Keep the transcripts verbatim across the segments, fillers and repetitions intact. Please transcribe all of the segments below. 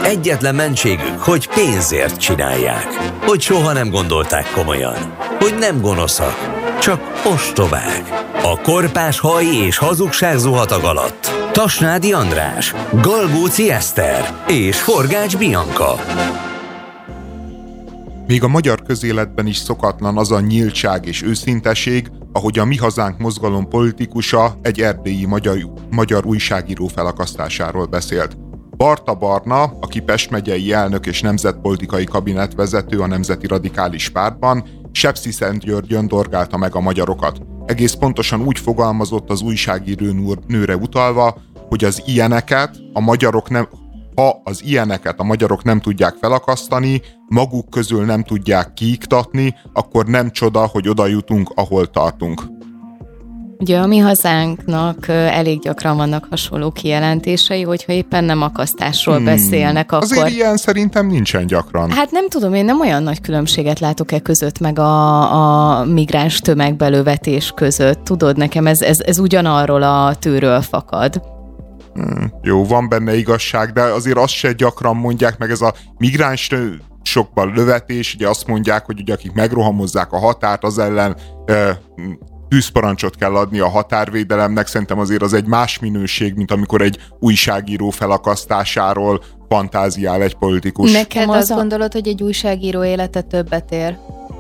Egyetlen mentségük, hogy pénzért csinálják. Hogy soha nem gondolták komolyan. Hogy nem gonoszak, csak ostobák. A korpás haj és hazugság zuhatag alatt Tasnádi András, Galgóci Eszter és Forgács Bianca. Még a magyar közéletben is szokatlan az a nyíltság és őszinteség, ahogy a Mi Hazánk mozgalom politikusa egy erdélyi magyar, magyar újságíró felakasztásáról beszélt. Barta Barna, aki Pest megyei elnök és nemzetpolitikai kabinetvezető a Nemzeti Radikális Pártban, Sepsiszentgyörgyön dorgálta meg a magyarokat. Egész pontosan úgy fogalmazott az újságíró nőre utalva, hogy az ilyeneket a magyarok nem... Ha az ilyeneket a magyarok nem tudják felakasztani, maguk közül nem tudják kiiktatni, akkor nem csoda, hogy oda jutunk, ahol tartunk. Ugye a Mi Hazánknak elég gyakran vannak hasonló kijelentései, hogyha éppen nem akasztásról hmm. beszélnek, akkor... Azért ilyen szerintem nincsen gyakran. Hát nem tudom, én nem olyan nagy különbséget látok e között, meg a, a migráns tömegbelövetés között. Tudod, nekem ez, ez, ez ugyanarról a tőről fakad. Hmm, jó, van benne igazság, de azért azt se gyakran mondják, meg ez a migráns sokban lövetés, ugye azt mondják, hogy ugye akik megrohamozzák a határt, az ellen e, tűzparancsot kell adni a határvédelemnek. Szerintem azért az egy más minőség, mint amikor egy újságíró felakasztásáról fantáziál egy politikus. Neked azt a... gondolod, hogy egy újságíró élete többet ér?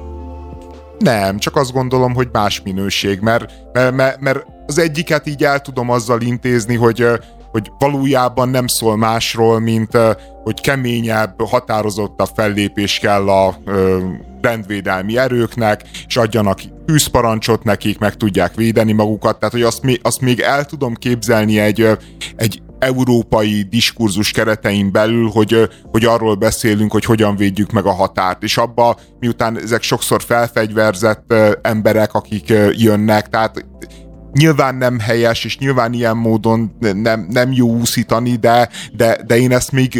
Nem, csak azt gondolom, hogy más minőség, mert, mert, mert, mert az egyiket így el tudom azzal intézni, hogy, hogy valójában nem szól másról, mint hogy keményebb, határozottabb fellépés kell a rendvédelmi erőknek, és adjanak tűzparancsot nekik, meg tudják védeni magukat. Tehát, hogy azt még, azt még el tudom képzelni egy, egy európai diskurzus keretein belül, hogy, hogy arról beszélünk, hogy hogyan védjük meg a határt. És abba, miután ezek sokszor felfegyverzett emberek, akik jönnek, tehát nyilván nem helyes, és nyilván ilyen módon nem, nem jó úszítani, de, de, de én ezt még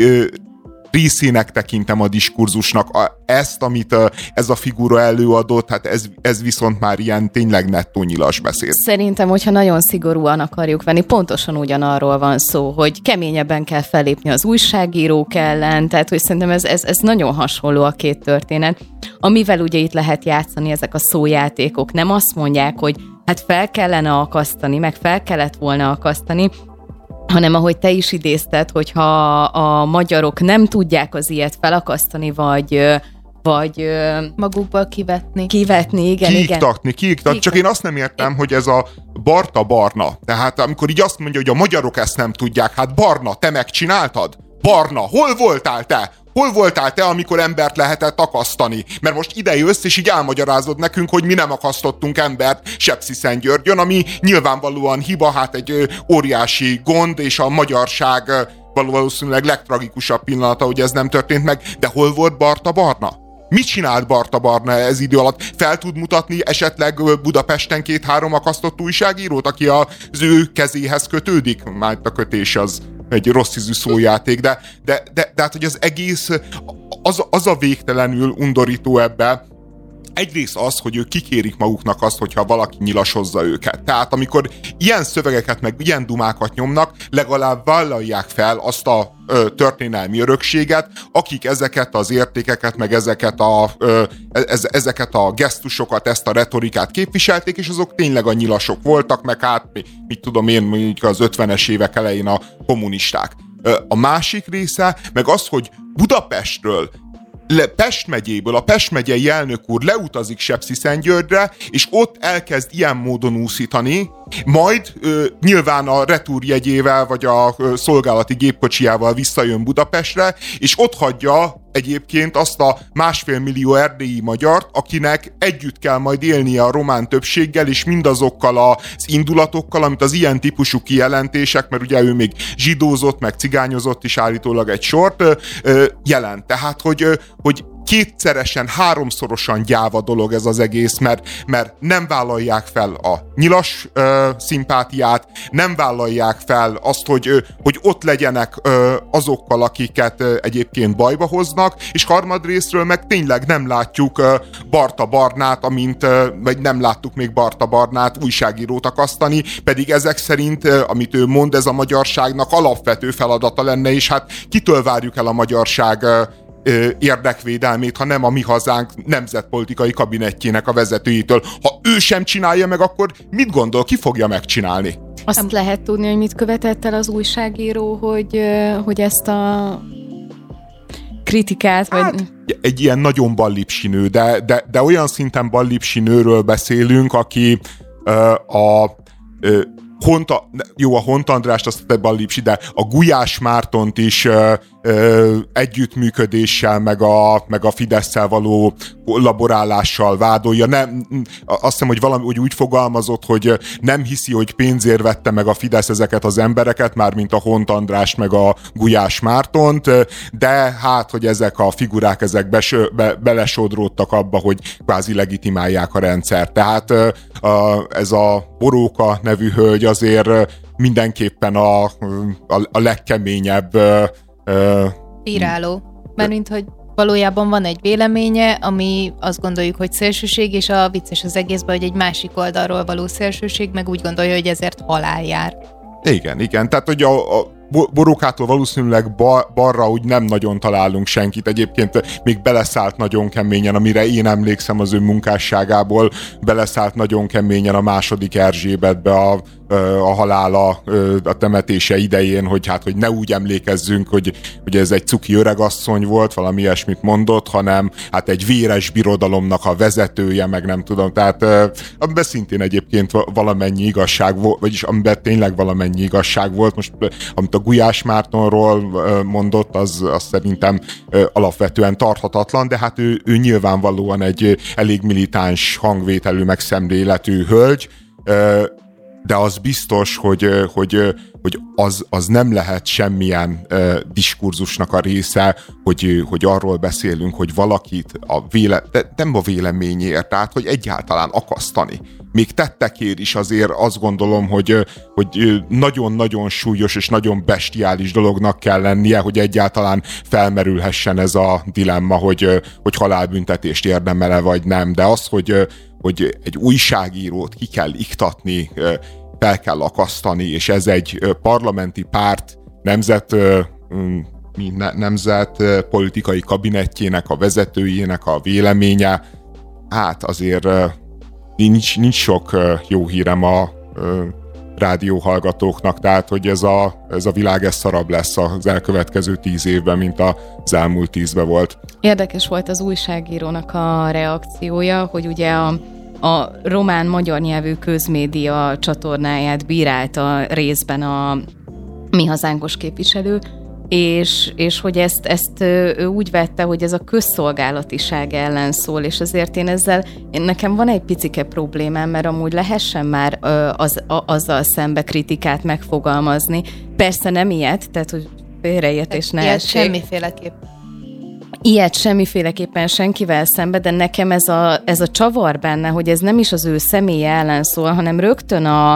részének tekintem a diskurzusnak. A, ezt, amit a, ez a figura előadott, hát ez, ez viszont már ilyen tényleg nettó nyilas beszéd. Szerintem, hogyha nagyon szigorúan akarjuk venni, pontosan ugyanarról van szó, hogy keményebben kell fellépni az újságírók ellen, tehát hogy szerintem ez, ez, ez nagyon hasonló a két történet. Amivel ugye itt lehet játszani ezek a szójátékok, nem azt mondják, hogy hát fel kellene akasztani, meg fel kellett volna akasztani, hanem ahogy te is idézted, hogyha a magyarok nem tudják az ilyet felakasztani, vagy, vagy magukból kivetni. Kivetni, igen, kiiktatni, igen. kiiktatni. Csak én azt nem értem, hogy ez a Barta Barna, tehát amikor így azt mondja, hogy a magyarok ezt nem tudják, hát Barna, te megcsináltad? Barna, hol voltál te? Hol voltál te, amikor embert lehetett akasztani? Mert most ide jössz, és így elmagyarázod nekünk, hogy mi nem akasztottunk embert Sepsiszentgyörgyön, ami nyilvánvalóan hiba, hát egy óriási gond, és a magyarság valószínűleg legtragikusabb pillanata, hogy ez nem történt meg. De hol volt Barta Barna? Mit csinált Barta Barna ez idő alatt? Fel tud mutatni esetleg Budapesten két-három akasztott újságírót, aki az ő kezéhez kötődik? Már a kötés az egy rossz ízű szójáték, de, de, de, de hát, hogy az egész, az, az a végtelenül undorító ebbe, egyrészt az, hogy ők kikérik maguknak azt, hogyha valaki nyilasozza őket. Tehát amikor ilyen szövegeket, meg ilyen dumákat nyomnak, legalább vállalják fel azt a ö, történelmi örökséget, akik ezeket az értékeket, meg ezeket a, ö, ez, ezeket a gesztusokat, ezt a retorikát képviselték, és azok tényleg a nyilasok voltak, meg hát, mit tudom én, mondjuk az ötvenes évek elején a kommunisták. Ö, a másik része, meg az, hogy Budapestről, Le Pest megyéből a Pest megyei elnök úr leutazik Sepsiszentgyörgyre, és ott elkezd ilyen módon úszítani, majd ö, nyilván a retúrjegyével vagy a ö, szolgálati gépkocsijával visszajön Budapestre, és ott hagyja egyébként azt a másfél millió erdélyi magyart, akinek együtt kell majd élnie a román többséggel, és mindazokkal az indulatokkal, amit az ilyen típusú kijelentések, mert ugye ő még zsidózott, meg cigányozott is állítólag egy sort, ö, ö, jelent. Tehát, hogy, ö, hogy kétszeresen, háromszorosan gyáva dolog ez az egész, mert, mert nem vállalják fel a nyilas ö, szimpátiát, nem vállalják fel azt, hogy, ö, hogy ott legyenek ö, azokkal, akiket ö, egyébként bajba hoznak, és harmadrészről meg tényleg nem látjuk ö, Barta Barnát, amint, ö, vagy nem láttuk még Barta Barnát újságírót akasztani, pedig ezek szerint, ö, amit ő mond, ez a magyarságnak alapvető feladata lenne, és hát kitől várjuk el a magyarság ö, érdekvédelmét, ha nem a Mi Hazánk nemzetpolitikai kabinettjének a vezetőjétől. Ha ő sem csinálja meg, akkor mit gondol, ki fogja megcsinálni? Azt nem lehet tudni, hogy mit követett el az újságíró, hogy, hogy ezt a kritikát... Vagy... Hát, egy ilyen nagyon ballipsi de, de, de olyan szinten ballipsi nőről beszélünk, aki uh, a uh, Honta, jó, a Hont Andrást azt tette Ballipsi, de a Gulyás Mártont is ö, ö, együttműködéssel, meg a, meg a Fidesszel való laborálással vádolja. Nem, azt hiszem, hogy valami hogy úgy fogalmazott, hogy nem hiszi, hogy pénzért vette meg a Fidesz ezeket az embereket, mármint a Hont Andrást, meg a Gulyás Mártont, de hát, hogy ezek a figurák, ezek besö, be, belesodródtak abba, hogy kvázi legitimálják a rendszert. Tehát a, ez a Boróka nevű hölgy azért mindenképpen a, a, a legkeményebb bíráló. Mert mint hogy valójában van egy véleménye, ami azt gondoljuk, hogy szélsőség, és a vicces az egészben, hogy egy másik oldalról való szélsőség, meg úgy gondolja, hogy ezért halál jár. Igen, igen. Tehát, hogy a, a Borókától valószínűleg ba, balra úgy nem nagyon találunk senkit. Egyébként még beleszállt nagyon keményen, amire én emlékszem az ő munkásságából, beleszállt nagyon keményen a második Erzsébetbe a, a halála, a temetése idején, hogy hát, hogy ne úgy emlékezzünk, hogy, hogy ez egy cuki öregasszony volt, valami ilyesmit mondott, hanem hát egy véres birodalomnak a vezetője, meg nem tudom. Tehát amiben szintén egyébként valamennyi igazság volt, vagyis amiben tényleg valamennyi igazság volt. Most, amit a Gulyás Mártonról mondott, az, az szerintem alapvetően tarthatatlan, de hát ő, ő nyilvánvalóan egy elég militáns hangvételű, meg szemléletű hölgy, de az biztos, hogy, hogy, hogy az, az nem lehet semmilyen diskurzusnak a része, hogy, hogy arról beszélünk, hogy valakit a véle, de nem a véleményért, tehát hogy egyáltalán akasztani. Még tettekért is azért azt gondolom, hogy, hogy nagyon-nagyon súlyos és nagyon bestiális dolognak kell lennie, hogy egyáltalán felmerülhessen ez a dilemma, hogy, hogy halálbüntetést érdemel-e vagy nem. De az, hogy, hogy egy újságírót ki kell iktatni, fel kell akasztani, és ez egy parlamenti párt nemzet, nemzet politikai kabinettjének, a vezetőjének a véleménye, hát azért nincs, nincs sok jó hírem a rádióhallgatóknak, tehát hogy ez a, ez a világ ez szarabb lesz az elkövetkező tíz évben, mint az elmúlt tízben volt. Érdekes volt az újságírónak a reakciója, hogy ugye a a román-magyar nyelvű közmédia csatornáját bírálta részben a Mi Hazánkos képviselő, és, és hogy ezt, ezt ő úgy vette, hogy ez a közszolgálatiság ellen szól, és azért én ezzel, én nekem van egy picike problémám, mert amúgy lehessen már az, a, azzal szembe kritikát megfogalmazni. Persze nem ilyet, tehát hogy félreértés ne essék. Semmiféleképp. Ilyet semmiféleképpen senkivel szembe, de nekem ez a, ez a csavar benne, hogy ez nem is az ő személye ellen szól, hanem rögtön a,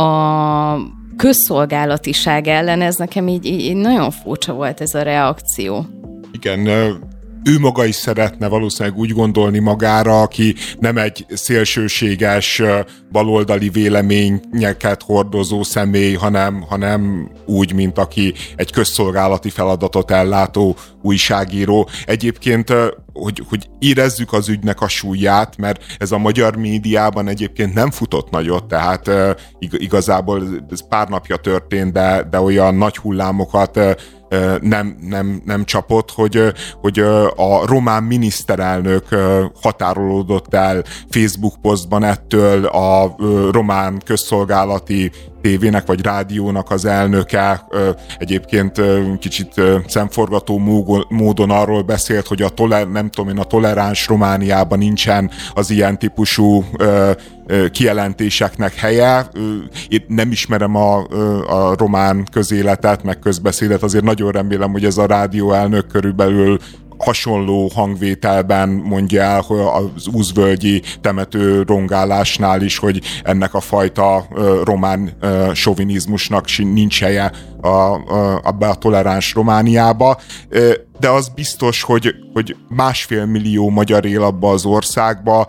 a közszolgálatiság ellen, ez nekem így, így nagyon furcsa volt ez a reakció. Igen, ő maga is szeretne valószínűleg úgy gondolni magára, aki nem egy szélsőséges baloldali véleményeket hordozó személy, hanem, hanem úgy, mint aki egy közszolgálati feladatot ellátó újságíró. Egyébként, hogy, hogy érezzük az ügynek a súlyát, mert ez a magyar médiában egyébként nem futott nagyot, tehát igazából ez pár napja történt, de, de olyan nagy hullámokat Nem, nem, nem csapott, hogy, hogy a román miniszterelnök határolódott el Facebook posztban ettől, a román közszolgálati tévének vagy rádiónak az elnöke egyébként kicsit szemforgató módon arról beszélt, hogy a toler, nem tudom én, a toleráns Romániában nincsen az ilyen típusú kijelentéseknek helye. Én nem ismerem a, a román közéletet, meg közbeszédet, azért nagyon remélem, hogy ez a rádió elnök körülbelül hasonló hangvételben mondja el hogy az úzvölgyi temető rongálásnál is, hogy ennek a fajta ö, román ö, sovinizmusnak nincs helye a, a, abba a toleráns Romániába. Ö, de az biztos, hogy, hogy másfél millió magyar él abba az országba,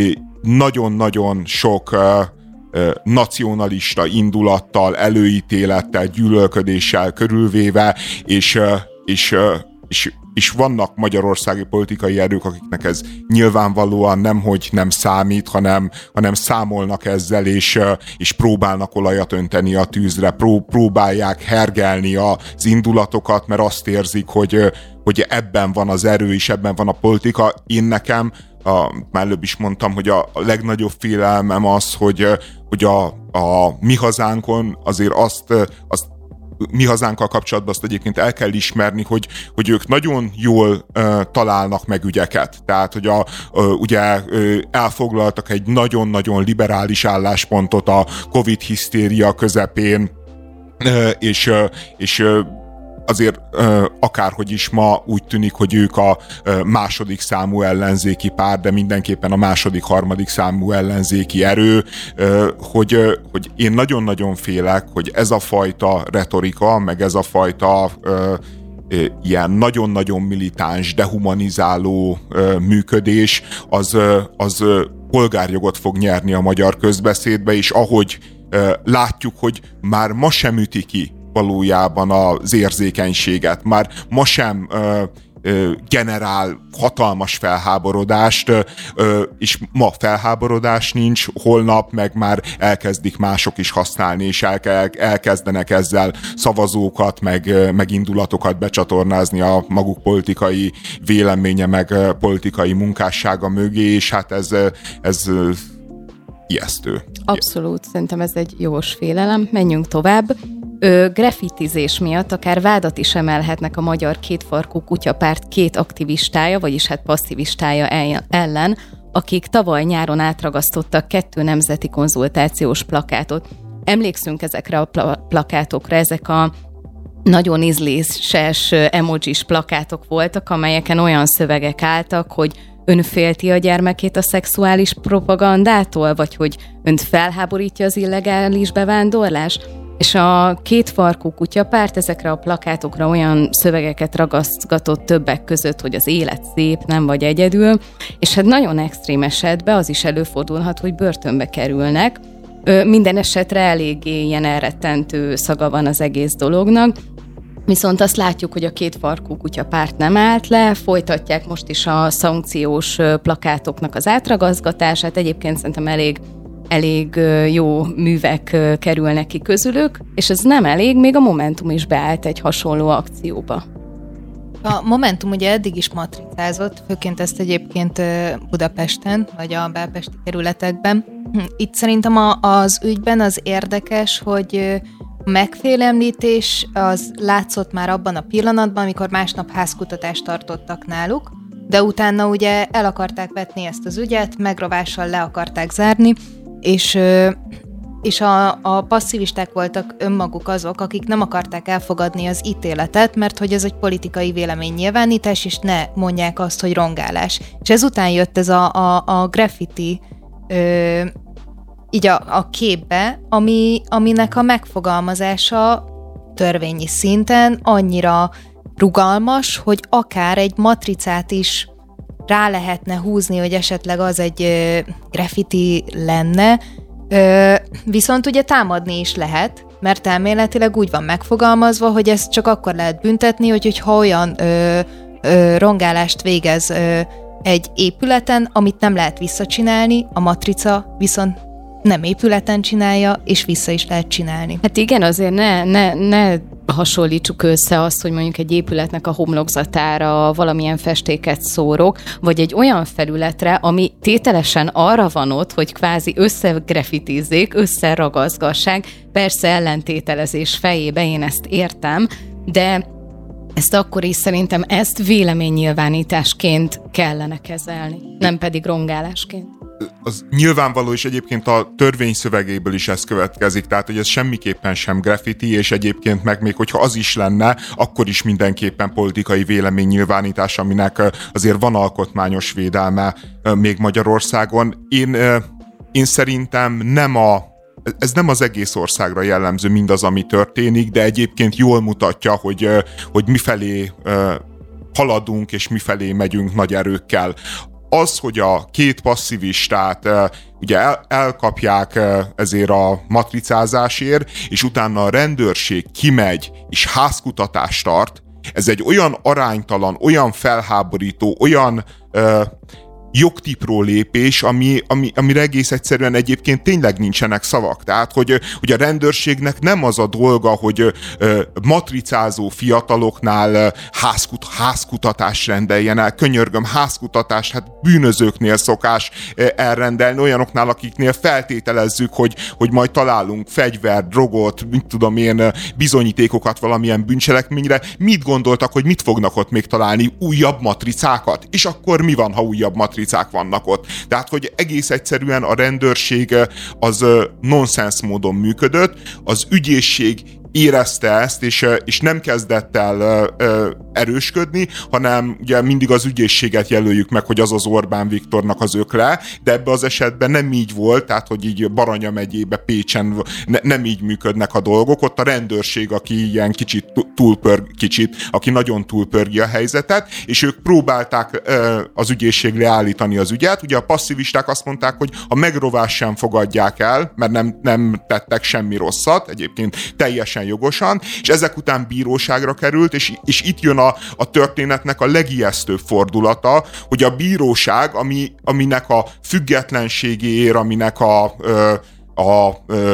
nagyon-nagyon sok ö, ö, nacionalista indulattal, előítélettel, gyűlölködéssel körülvéve, és, ö, és, ö, és és vannak magyarországi politikai erők, akiknek ez nyilvánvalóan nemhogy nem számít, hanem, hanem számolnak ezzel, és, és próbálnak olajat önteni a tűzre, pró, próbálják hergelni az indulatokat, mert azt érzik, hogy, hogy ebben van az erő, és ebben van a politika. Én nekem, a, már előbb is mondtam, hogy a legnagyobb félelmem az, hogy, hogy a, a mi hazánkon azért azt, azt mi hazánkkal kapcsolatban azt egyébként el kell ismerni, hogy, hogy ők nagyon jól uh, találnak meg ügyeket. Tehát, hogy a, uh, ugye uh, elfoglaltak egy nagyon-nagyon liberális álláspontot a Covid hisztéria közepén, uh, és, uh, és uh, azért uh, akárhogy is ma úgy tűnik, hogy ők a uh, második számú ellenzéki párt, de mindenképpen a második, harmadik számú ellenzéki erő, uh, hogy, uh, hogy én nagyon-nagyon félek, hogy ez a fajta retorika, meg ez a fajta uh, uh, ilyen nagyon-nagyon militáns, dehumanizáló uh, működés, az, uh, az uh, polgárjogot fog nyerni a magyar közbeszédbe, és ahogy uh, látjuk, hogy már ma sem üti ki valójában az érzékenységet. Már ma sem ö, ö, generál hatalmas felháborodást, ö, és ma felháborodás nincs, holnap meg már elkezdik mások is használni, és el, elkezdenek ezzel szavazókat, meg, meg indulatokat becsatornázni a maguk politikai véleménye, meg politikai munkássága mögé, és hát ez, ez ijesztő. Abszolút, szerintem ez egy jogos félelem. Menjünk tovább. Ö, graffitizés miatt akár vádat is emelhetnek a Magyar Kétfarkú Kutyapárt két aktivistája, vagyis hát passzivistája ellen, akik tavaly nyáron átragasztottak kettő nemzeti konzultációs plakátot. Emlékszünk ezekre a pla- plakátokra, ezek a nagyon ízléses emojis plakátok voltak, amelyeken olyan szövegek álltak, hogy ön félti a gyermekét a szexuális propagandától, vagy hogy önt felháborítja az illegális bevándorlás? És a Kétfarkú Kutyapárt ezekre a plakátokra olyan szövegeket ragaszgatott többek között, hogy az élet szép, nem vagy egyedül, és hát nagyon extrém esetben az is előfordulhat, hogy börtönbe kerülnek. Minden esetre eléggé ilyen elrettentő szaga van az egész dolognak, viszont azt látjuk, hogy a Kétfarkú Kutyapárt nem állt le, folytatják most is a szankciós plakátoknak az átragazgatását, egyébként szerintem elég elég jó művek kerülnek ki közülük, és ez nem elég, még a Momentum is beállt egy hasonló akcióba. A Momentum ugye eddig is matricázott, főként ezt egyébként Budapesten, vagy a belpesti kerületekben. Itt szerintem az ügyben az érdekes, hogy megfélemlítés az látszott már abban a pillanatban, amikor másnap házkutatást tartottak náluk, de utána ugye el akarták vetni ezt az ügyet, megrovással le akarták zárni, és, és a, a passzivisták voltak önmaguk azok, akik nem akarták elfogadni az ítéletet, mert hogy ez egy politikai véleménynyilvánítás, és ne mondják azt, hogy rongálás. És ezután jött ez a, a, a graffiti ö, így a, a képbe, ami, aminek a megfogalmazása törvényi szinten annyira rugalmas, hogy akár egy matricát is rá lehetne húzni, hogy esetleg az egy ö, graffiti lenne, ö, viszont ugye támadni is lehet, mert elméletileg úgy van megfogalmazva, hogy ezt csak akkor lehet büntetni, hogy, hogyha olyan ö, ö, rongálást végez ö, egy épületen, amit nem lehet visszacsinálni, a matrica viszont nem épületen csinálja, és vissza is lehet csinálni. Hát igen, azért ne, ne, ne hasonlítsuk össze azt, hogy mondjuk egy épületnek a homlokzatára valamilyen festéket szórok, vagy egy olyan felületre, ami tételesen arra van ott, hogy kvázi összegrafitizzék, összeragazgassák, persze ellentételezés fejébe, én ezt értem, de ezt akkor is szerintem ezt véleménynyilvánításként kellene kezelni, nem pedig rongálásként. az nyilvánvaló, és egyébként a törvény szövegéből is ez következik, tehát hogy ez semmiképpen sem graffiti, és egyébként meg még hogyha az is lenne, akkor is mindenképpen politikai véleménynyilvánítás, aminek azért van alkotmányos védelme még Magyarországon. Én, én szerintem nem a ez nem az egész országra jellemző mindaz, ami történik, de egyébként jól mutatja, hogy, hogy mifelé haladunk, és mifelé megyünk nagy erőkkel. Az, hogy a két passzivistát ugye el, elkapják ezért a matricázásért, és utána a rendőrség kimegy, és házkutatást tart, ez egy olyan aránytalan, olyan felháborító, olyan ö, jogtipró lépés, ami, ami, amire egész egyszerűen egyébként tényleg nincsenek szavak. Tehát, hogy, hogy a rendőrségnek nem az a dolga, hogy ö, matricázó fiataloknál ö, házkut, házkutatást rendeljen el. Könyörgöm, házkutatást, hát bűnözőknél szokás ö, elrendelni, olyanoknál, akiknél feltételezzük, hogy, hogy majd találunk fegyvert, drogot, mit tudom én, bizonyítékokat valamilyen bűncselekményre. Mit gondoltak, hogy mit fognak ott még találni? Újabb matricákat? És akkor mi van, ha újabb matricákat vannak ott. Tehát, hogy egész egyszerűen a rendőrség az nonsens módon működött, az ügyészség érezte ezt, és, és nem kezdett el ö, erősködni, hanem ugye mindig az ügyészséget jelöljük meg, hogy az az Orbán Viktornak az ökle, de ebben az esetben nem így volt, tehát hogy így Baranya megyébe, Pécsen ne, nem így működnek a dolgok, ott a rendőrség, aki ilyen kicsit túlpörg, kicsit, aki nagyon túlpörgi a helyzetet, és ők próbálták ö, az ügyészség leállítani az ügyet, ugye a passzivisták azt mondták, hogy a megrovás sem fogadják el, mert nem, nem tettek semmi rosszat, egyébként teljesen jogosan, és ezek után bíróságra került, és, és itt jön a, a történetnek a legijesztőbb fordulata, hogy a bíróság, ami, aminek a függetlenségéért, aminek a, a, a,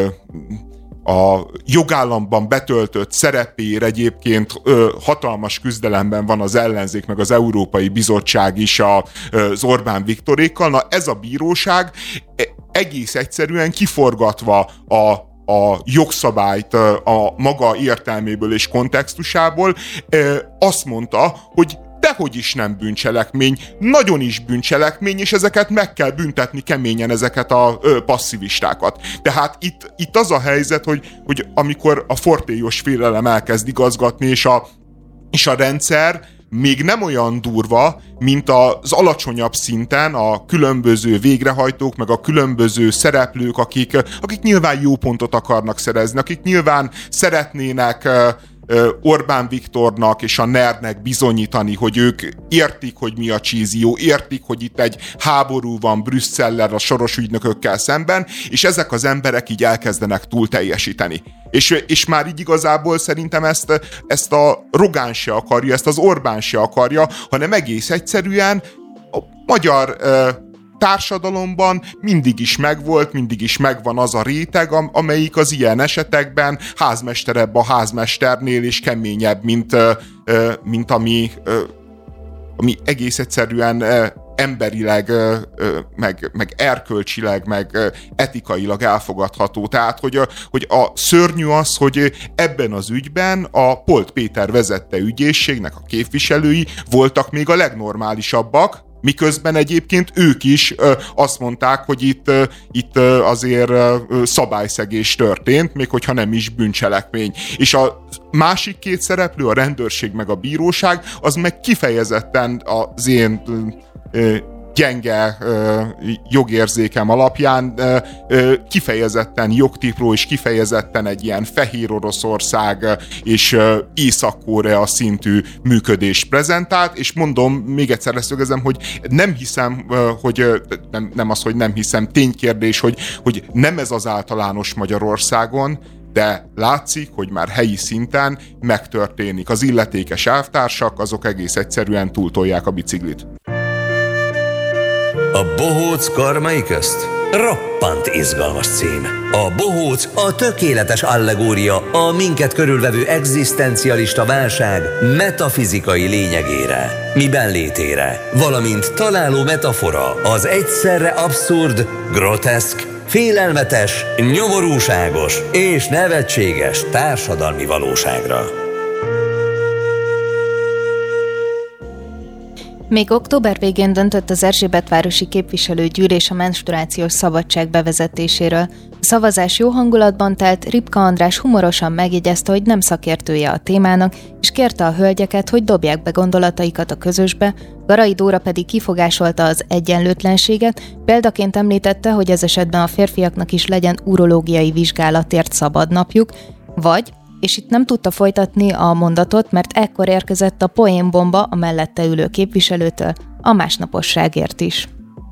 a jogállamban betöltött szerepéért egyébként ö, hatalmas küzdelemben van az ellenzék, meg az Európai Bizottság is a, az Orbán Viktorékkal. Na ez a bíróság egész egyszerűen kiforgatva a a jogszabályt a maga értelméből és kontextusából, azt mondta, hogy dehogy is nem bűncselekmény, nagyon is bűncselekmény, és ezeket meg kell büntetni keményen, ezeket a passzivistákat. Tehát itt, itt az a helyzet, hogy, hogy amikor a fortélyos félelem elkezd igazgatni, és a, és a rendszer még nem olyan durva, mint az alacsonyabb szinten a különböző végrehajtók, meg a különböző szereplők, akik, akik nyilván jó pontot akarnak szerezni, akik nyilván szeretnének Orbán Viktornak és a NER-nek bizonyítani, hogy ők értik, hogy mi a csízió, értik, hogy itt egy háború van Brüsszellel, a soros ügynökökkel szemben, és ezek az emberek így elkezdenek túl teljesíteni. És, és már így igazából szerintem ezt, ezt a Rogán se akarja, ezt az Orbán se akarja, hanem egész egyszerűen a magyar uh, társadalomban mindig is megvolt, mindig is megvan az a réteg, amelyik az ilyen esetekben házmesterebb a házmesternél, és keményebb, mint, mint ami, ami egész egyszerűen emberileg, meg, meg erkölcsileg, meg etikailag elfogadható. Tehát, hogy a, hogy a szörnyű az, hogy ebben az ügyben a Polt Péter vezette ügyészségnek a képviselői voltak még a legnormálisabbak, miközben egyébként ők is ö, azt mondták, hogy itt, ö, itt ö, azért ö, szabályszegés történt, még hogyha nem is bűncselekmény. És a másik két szereplő, a rendőrség meg a bíróság, az meg kifejezetten az én ö, gyenge ö, jogérzékem alapján ö, ö, kifejezetten jogtipró és kifejezetten egy ilyen Fehér Oroszország és ö, Észak-Korea szintű működést prezentált, és mondom, még egyszer leszögezem, hogy nem hiszem, ö, hogy ö, nem, nem az, hogy nem hiszem, ténykérdés, hogy, hogy nem ez az általános Magyarországon, de látszik, hogy már helyi szinten megtörténik. Az illetékes elvtársak, azok egész egyszerűen túltolják a biciklit. A bohóc karmai közt? Roppant izgalmas cím. A bohóc a tökéletes allegória a minket körülvevő egzisztencialista válság metafizikai lényegére, miben létére, valamint találó metafora az egyszerre abszurd, groteszk, félelmetes, nyomorúságos és nevetséges társadalmi valóságra. Még október végén döntött az Erzsébetvárosi képviselőgyűlés a menstruációs szabadság bevezetéséről. A szavazás jó hangulatban telt, Ripka András humorosan megjegyezte, hogy nem szakértője a témának, és kérte a hölgyeket, hogy dobják be gondolataikat a közösbe, Garai Dóra pedig kifogásolta az egyenlőtlenséget, példaként említette, hogy ez esetben a férfiaknak is legyen urológiai vizsgálatért szabad napjuk, vagy, és itt nem tudta folytatni a mondatot, mert ekkor érkezett a poénbomba a mellette ülő képviselőtől, a másnaposságért is.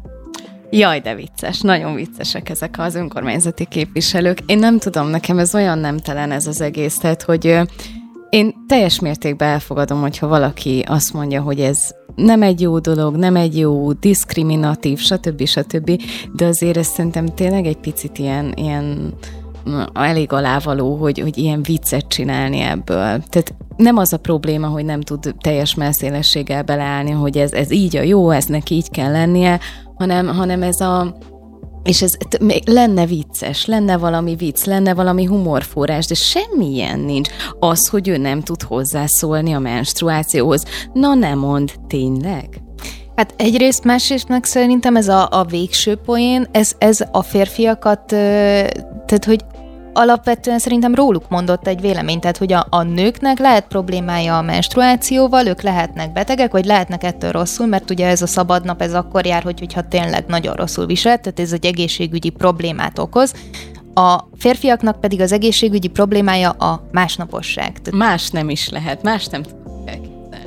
Jaj, de vicces, nagyon viccesek ezek az önkormányzati képviselők. Én nem tudom, nekem ez olyan nemtelen ez az egész, tehát, hogy én teljes mértékben elfogadom, hogyha valaki azt mondja, hogy ez nem egy jó dolog, nem egy jó, diszkriminatív, stb. stb. De azért ez szerintem tényleg egy picit ilyen, ilyen elég alávaló, hogy, hogy ilyen viccet csinálni ebből. Tehát nem az a probléma, hogy nem tud teljes messzélességgel beleállni, hogy ez, ez így a jó, ez neki így kell lennie, hanem, hanem ez a... És ez még lenne vicces, lenne valami vicc, lenne valami humorforrás, de semmilyen nincs. Az, hogy ő nem tud hozzászólni a menstruációhoz. Na nem mond, tényleg? Hát egyrészt, másrészt meg szerintem ez a, a végső poén, ez, ez a férfiakat, tehát hogy alapvetően szerintem róluk mondott egy véleményt, tehát hogy a, a nőknek lehet problémája a menstruációval, ők lehetnek betegek, vagy lehetnek ettől rosszul, mert ugye ez a szabad nap, ez akkor jár, hogy, hogyha tényleg nagyon rosszul visel, tehát ez egy egészségügyi problémát okoz. A férfiaknak pedig az egészségügyi problémája a másnaposság. Tehát... Más nem is lehet, más nem tudjuk elképzelni.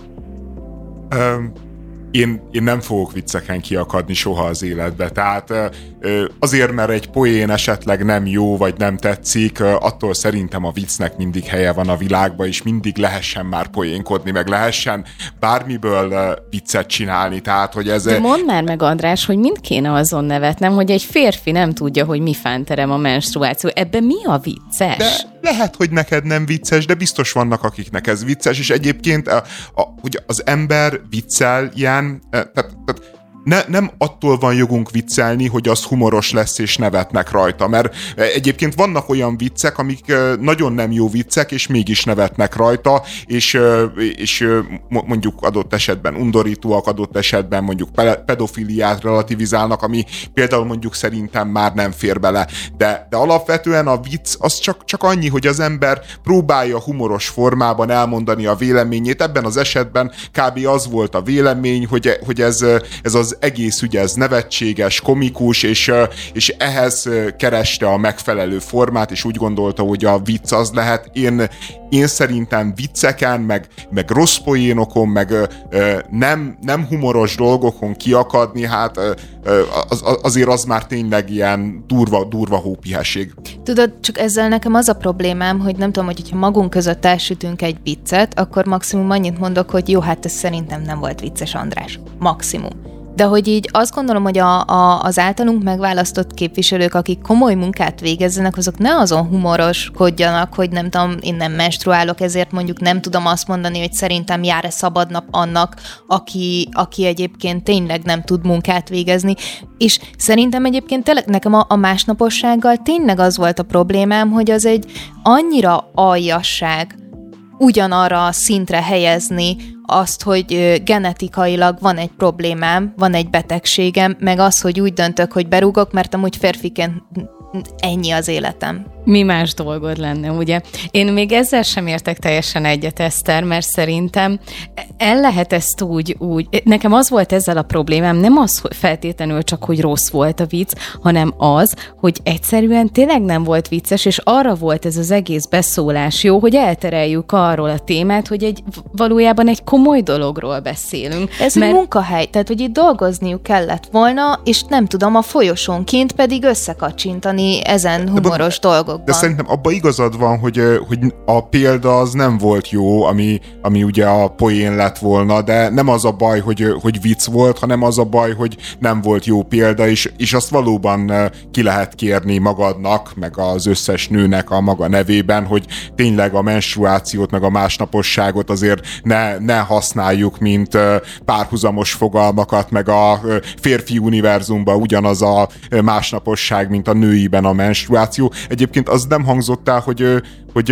Um. Én, én nem fogok vicceken kiakadni soha az életbe, tehát azért, mert egy poén esetleg nem jó, vagy nem tetszik, attól szerintem a viccnek mindig helye van a világban, és mindig lehessen már poénkodni, meg lehessen bármiből viccet csinálni, tehát, hogy ez... De mondd már meg, András, hogy mind kéne azon nevetnem, hogy egy férfi nem tudja, hogy mi fánterem a menstruáció. Ebben mi a vicces? De lehet, hogy neked nem vicces, de biztos vannak, akiknek ez vicces, és egyébként a, a, hogy az ember viccel ilyen, tehát, tehát ne, nem attól van jogunk viccelni, hogy az humoros lesz és nevetnek rajta, mert egyébként vannak olyan viccek, amik nagyon nem jó viccek, és mégis nevetnek rajta, és, és mondjuk adott esetben undorítóak, adott esetben mondjuk pedofiliát relativizálnak, ami például mondjuk szerintem már nem fér bele. De, de alapvetően a vicc az csak, csak annyi, hogy az ember próbálja humoros formában elmondani a véleményét. Ebben az esetben kb. Az volt a vélemény, hogy, hogy ez, ez az egész ügy, ez nevetséges, komikus, és, és ehhez kereste a megfelelő formát, és úgy gondolta, hogy a vicc az lehet. Én, én szerintem vicceken, meg, meg rossz poénokon, meg ö, nem, nem humoros dolgokon kiakadni, hát ö, az, azért az már tényleg ilyen durva, durva hópihesség. Tudod, csak ezzel nekem az a problémám, hogy nem tudom, hogy ha magunk között elsütünk egy viccet, akkor maximum annyit mondok, hogy jó, hát ez szerintem nem volt vicces, András. Maximum. De hogy így azt gondolom, hogy a, a, az általunk megválasztott képviselők, akik komoly munkát végezzenek, azok ne azon humoroskodjanak, hogy nem tudom, én nem menstruálok, ezért mondjuk nem tudom azt mondani, hogy szerintem jár-e szabad nap annak, aki, aki egyébként tényleg nem tud munkát végezni. És szerintem egyébként tényleg nekem a, a másnapossággal tényleg az volt a problémám, hogy az egy annyira aljasság ugyanarra a szintre helyezni azt, hogy genetikailag van egy problémám, van egy betegségem, meg az, hogy úgy döntök, hogy berúgok, mert amúgy férfiként ennyi az életem. Mi más dolgod lenne, ugye? Én még ezzel sem értek teljesen egyet, Eszter, mert szerintem el lehet ezt úgy, úgy, nekem az volt ezzel a problémám, nem az hogy feltétlenül csak, hogy rossz volt a vicc, hanem az, hogy egyszerűen tényleg nem volt vicces, és arra volt ez az egész beszólás jó, hogy eltereljük arról a témát, hogy egy valójában egy komoly dologról beszélünk. Ez mert... egy munkahely, tehát hogy itt dolgozniuk kellett volna, és nem tudom, a folyosónként pedig összekacsintani ezen humoros de, dolgokban. De szerintem abban igazad van, hogy, hogy a példa az nem volt jó, ami, ami ugye a poén lett volna, de nem az a baj, hogy, hogy vicc volt, hanem az a baj, hogy nem volt jó példa, és, és azt valóban ki lehet kérni magadnak, meg az összes nőnek a maga nevében, hogy tényleg a menstruációt, meg a másnaposságot azért ne, ne használjuk, mint párhuzamos fogalmakat, meg a férfi univerzumban ugyanaz a másnaposság, mint a nőiben egyben a menstruáció. Egyébként az nem hangzott el, hogy, hogy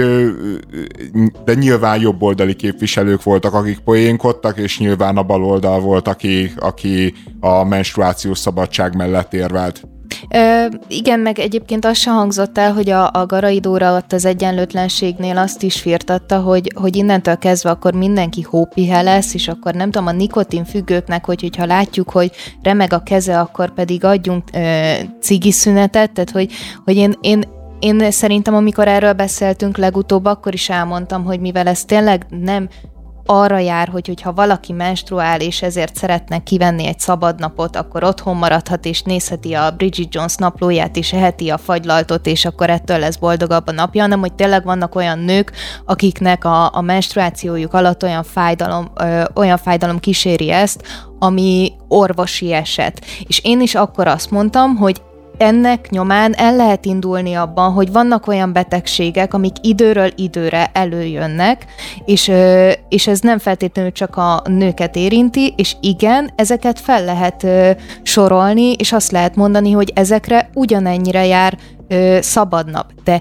de nyilván jobboldali képviselők voltak, akik poénkodtak, és nyilván a baloldal volt, aki, aki a menstruációs szabadság mellett érvelt. Ö, igen, meg egyébként az sem hangzott el, hogy a, a Garai Dóra ott az egyenlőtlenségnél azt is firtatta, hogy, hogy innentől kezdve akkor mindenki hópihe lesz, és akkor nem tudom, a nikotin függőknek, hogy, hogyha látjuk, hogy remeg a keze, akkor pedig adjunk ö, cigiszünetet, tehát hogy, hogy én, én Én szerintem, amikor erről beszéltünk legutóbb, akkor is elmondtam, hogy mivel ez tényleg nem arra jár, hogy hogyha valaki menstruál, és ezért szeretne kivenni egy szabadnapot, akkor otthon maradhat, és nézheti a Bridget Jones naplóját, és eheti a fagylaltot, és akkor ettől lesz boldogabb a napja, hanem hogy tényleg vannak olyan nők, akiknek a, a menstruációjuk alatt olyan fájdalom, ö, olyan fájdalom kíséri ezt, ami orvosi eset. És én is akkor azt mondtam, hogy ennek nyomán el lehet indulni abban, hogy vannak olyan betegségek, amik időről időre előjönnek, és, és ez nem feltétlenül csak a nőket érinti, és igen, ezeket fel lehet sorolni, és azt lehet mondani, hogy ezekre ugyanennyire jár szabadnap. De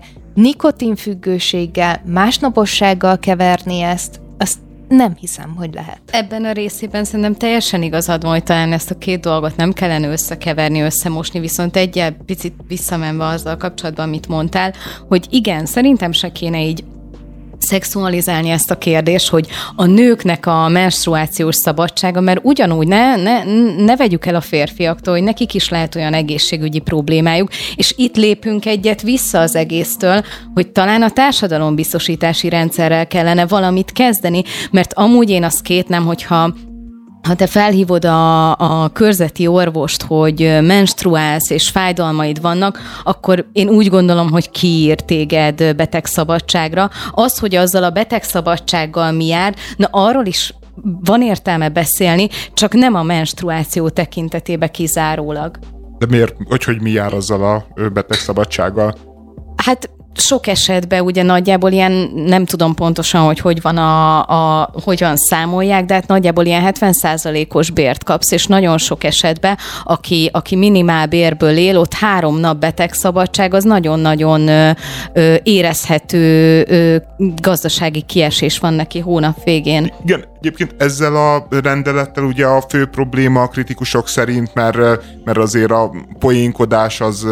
nikotinfüggőséggel, másnapossággal keverni ezt, azt nem hiszem, hogy lehet. Ebben a részében szerintem teljesen igazad van, hogy talán ezt a két dolgot nem kellene összekeverni, összemosni, viszont egyel picit visszamenve azzal kapcsolatban, amit mondtál, hogy igen, szerintem se kéne így szexualizálni ezt a kérdést, hogy a nőknek a menstruációs szabadsága, mert ugyanúgy ne, ne, ne vegyük el a férfiaktól, hogy nekik is lehet olyan egészségügyi problémájuk, és itt lépünk egyet vissza az egésztől, hogy talán a társadalombiztosítási rendszerrel kellene valamit kezdeni, mert amúgy én azt kétnem, hogyha ha te felhívod a, a körzeti orvost, hogy menstruálsz és fájdalmaid vannak, akkor én úgy gondolom, hogy kiír téged betegszabadságra. Az, hogy azzal a betegszabadsággal mi jár, na arról is van értelme beszélni, csak nem a menstruáció tekintetében kizárólag. De miért? Hogy, hogy mi jár azzal a betegszabadsággal? Hát sok esetben ugye nagyjából ilyen, nem tudom pontosan, hogy hogy van a, a hogyan számolják, de hát nagyjából ilyen hetven százalékos bért kapsz, és nagyon sok esetben, aki, aki minimál bérből él, ott három nap betegszabadság, az nagyon-nagyon ö, ö, érezhető ö, gazdasági kiesés van neki hónap végén. Igen, egyébként ezzel a rendelettel ugye a fő probléma a kritikusok szerint, mert, mert azért a poénkodás az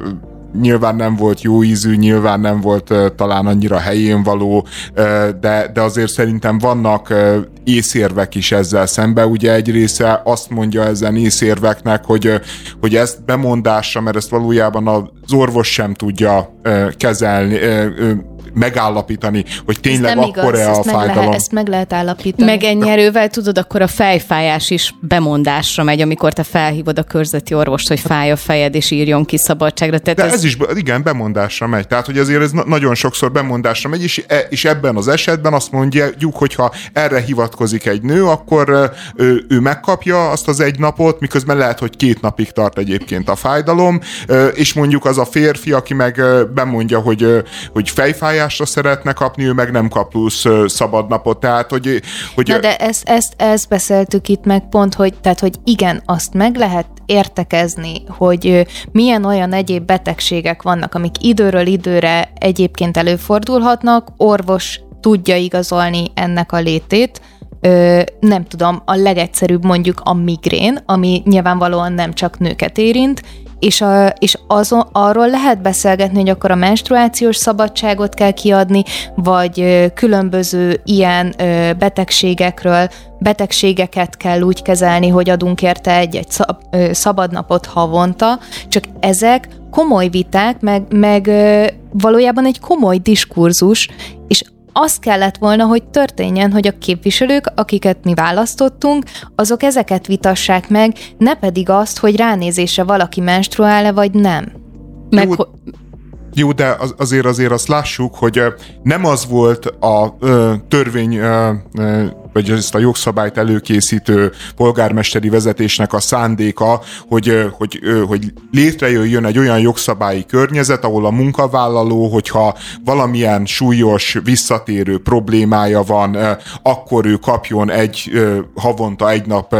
nyilván nem volt jó ízű, nyilván nem volt uh, talán annyira helyén való, uh, de, de azért szerintem vannak uh, észérvek is ezzel szemben. Ugye egy része azt mondja ezen észérveknek, hogy, uh, hogy ezt bemondásra, mert ezt valójában az orvos sem tudja uh, kezelni, uh, uh, megállapítani, hogy tényleg akkor-e a fájdalom. Lehet, ezt meg lehet állapítani. Meg ennyi erővel tudod, akkor a fejfájás is bemondásra megy, amikor te felhívod a körzeti orvost, hogy fáj a fejed, és írjon ki szabadságra. Tehát de ez... ez is, igen, bemondásra megy. Tehát, hogy azért ez nagyon sokszor bemondásra megy, és, és ebben az esetben azt mondjuk, hogyha erre hivatkozik egy nő, akkor ő, ő megkapja azt az egy napot, miközben lehet, hogy két napig tart egyébként a fájdalom, és mondjuk az a férfi, aki meg bemondja, hogy, hogy fejfájás szeretne kapni, ő meg nem kap plusz szabadnapot. Tehát, hogy... hogy Na de ezt, ezt, ezt beszéltük itt meg pont, hogy, tehát, hogy igen, azt meg lehet értekezni, hogy milyen olyan egyéb betegségek vannak, amik időről időre egyébként előfordulhatnak, orvos tudja igazolni ennek a létét. Ö, nem tudom, a legegyszerűbb mondjuk a migrén, ami nyilvánvalóan nem csak nőket érint, és, a, és azon, arról lehet beszélgetni, hogy akkor a menstruációs szabadságot kell kiadni, vagy ö, különböző ilyen ö, betegségekről, betegségeket kell úgy kezelni, hogy adunk érte egy-egy szab, ö, szabadnapot havonta, csak ezek komoly viták, meg, meg ö, valójában egy komoly diskurzus, és azt kellett volna, hogy történjen, hogy a képviselők, akiket mi választottunk, azok ezeket vitassák meg, ne pedig azt, hogy ránézésre valaki menstruál-e, vagy nem. Meg... Jó, jó, de az, azért azért azt lássuk, hogy nem az volt a ö, törvény, ö, ö, vagy ezt a jogszabályt előkészítő polgármesteri vezetésnek a szándéka, hogy, hogy, hogy létrejöjjön egy olyan jogszabályi környezet, ahol a munkavállaló, hogyha valamilyen súlyos, visszatérő problémája van, akkor ő kapjon egy havonta egy nap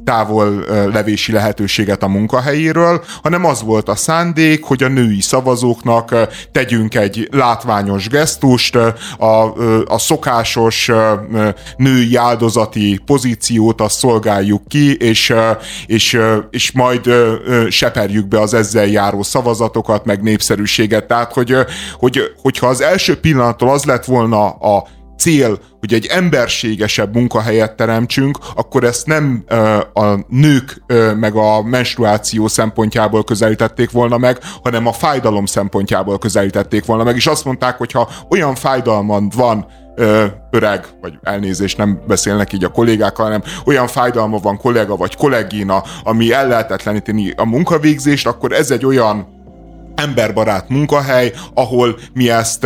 távol levési lehetőséget a munkahelyéről, hanem az volt a szándék, hogy a női szavazóknak tegyünk egy látványos gesztust, a, a szokásos női áldozati pozíciót azt szolgáljuk ki, és, és, és majd seperjük be az ezzel járó szavazatokat, meg népszerűséget. Tehát, hogy, hogy, hogyha az első pillanattól az lett volna a cél, hogy egy emberségesebb munkahelyet teremtsünk, akkor ezt nem a nők meg a menstruáció szempontjából közelítették volna meg, hanem a fájdalom szempontjából közelítették volna meg, és azt mondták, hogy ha olyan fájdalmad van, öreg, vagy elnézést, nem beszélnek így a kollégákkal, hanem olyan fájdalma van kollega vagy kollégina, ami ellehetetleníteni a munkavégzést, akkor ez egy olyan emberbarát munkahely, ahol mi ezt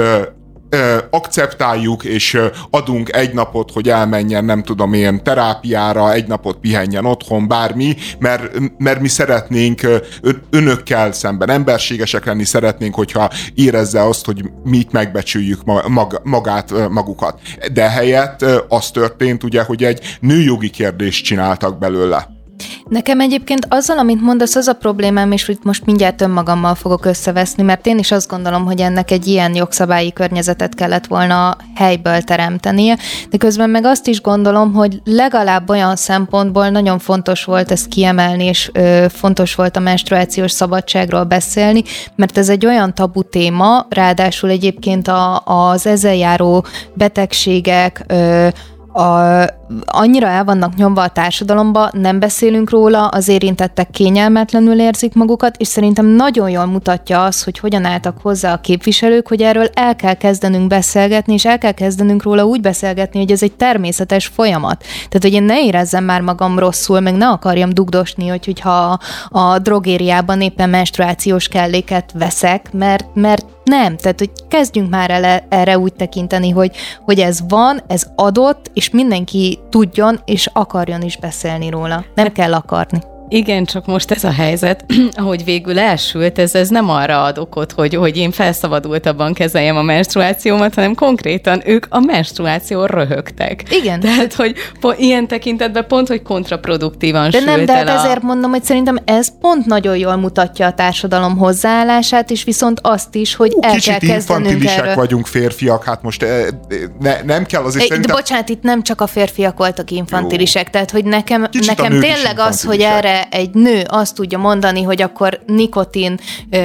akceptáljuk, és adunk egy napot, hogy elmenjen, nem tudom én, terápiára, egy napot pihenjen otthon, bármi, mert, mert mi szeretnénk önökkel szemben emberségesek lenni, szeretnénk, hogyha érezze azt, hogy mi itt megbecsüljük mag, magát, magukat. De helyett az történt, ugye, hogy egy nőjogi kérdést csináltak belőle. Nekem egyébként azzal, amit mondasz, az a problémám, és hogy most mindjárt önmagammal fogok összeveszni, mert én is azt gondolom, hogy ennek egy ilyen jogszabályi környezetet kellett volna helyből teremtenie, de közben meg azt is gondolom, hogy legalább olyan szempontból nagyon fontos volt ezt kiemelni, és ö, fontos volt a menstruációs szabadságról beszélni, mert ez egy olyan tabu téma, ráadásul egyébként a, az ezzel járó betegségek, ö, A, annyira el vannak nyomva a társadalomba, nem beszélünk róla, az érintettek kényelmetlenül érzik magukat, és szerintem nagyon jól mutatja az, hogy hogyan álltak hozzá a képviselők, hogy erről el kell kezdenünk beszélgetni, és el kell kezdenünk róla úgy beszélgetni, hogy ez egy természetes folyamat. Tehát, hogy én ne érezzem már magam rosszul, meg ne akarjam dugdosni, hogy, hogyha a drogériában éppen menstruációs kelléket veszek, mert, mert nem, tehát hogy kezdjünk már el erre úgy tekinteni, hogy, hogy ez van, ez adott, és mindenki tudjon, és akarjon is beszélni róla. Nem kell akarni. Igen, csak most ez a helyzet, ahogy végül elsült, ez, ez nem arra ad okot, hogy, hogy én felszabadultabban kezeljem a menstruációmat, hanem konkrétan ők a menstruáción röhögtek. Igen. Tehát, hogy po- ilyen tekintetben pont, hogy kontraproduktívan de sült nem, de el hát a... ezért mondom, hogy szerintem ez pont nagyon jól mutatja a társadalom hozzáállását, és viszont azt is, hogy Hú, el kell kezdenünk infantilisek erről. vagyunk férfiak, hát most ne, nem kell azért Egy, szerintem... De bocsánat, itt nem csak a férfiak voltak infantilisek, Jó. tehát hogy nekem, nekem tényleg az, hogy erre egy nő azt tudja mondani, hogy akkor nikotin ö,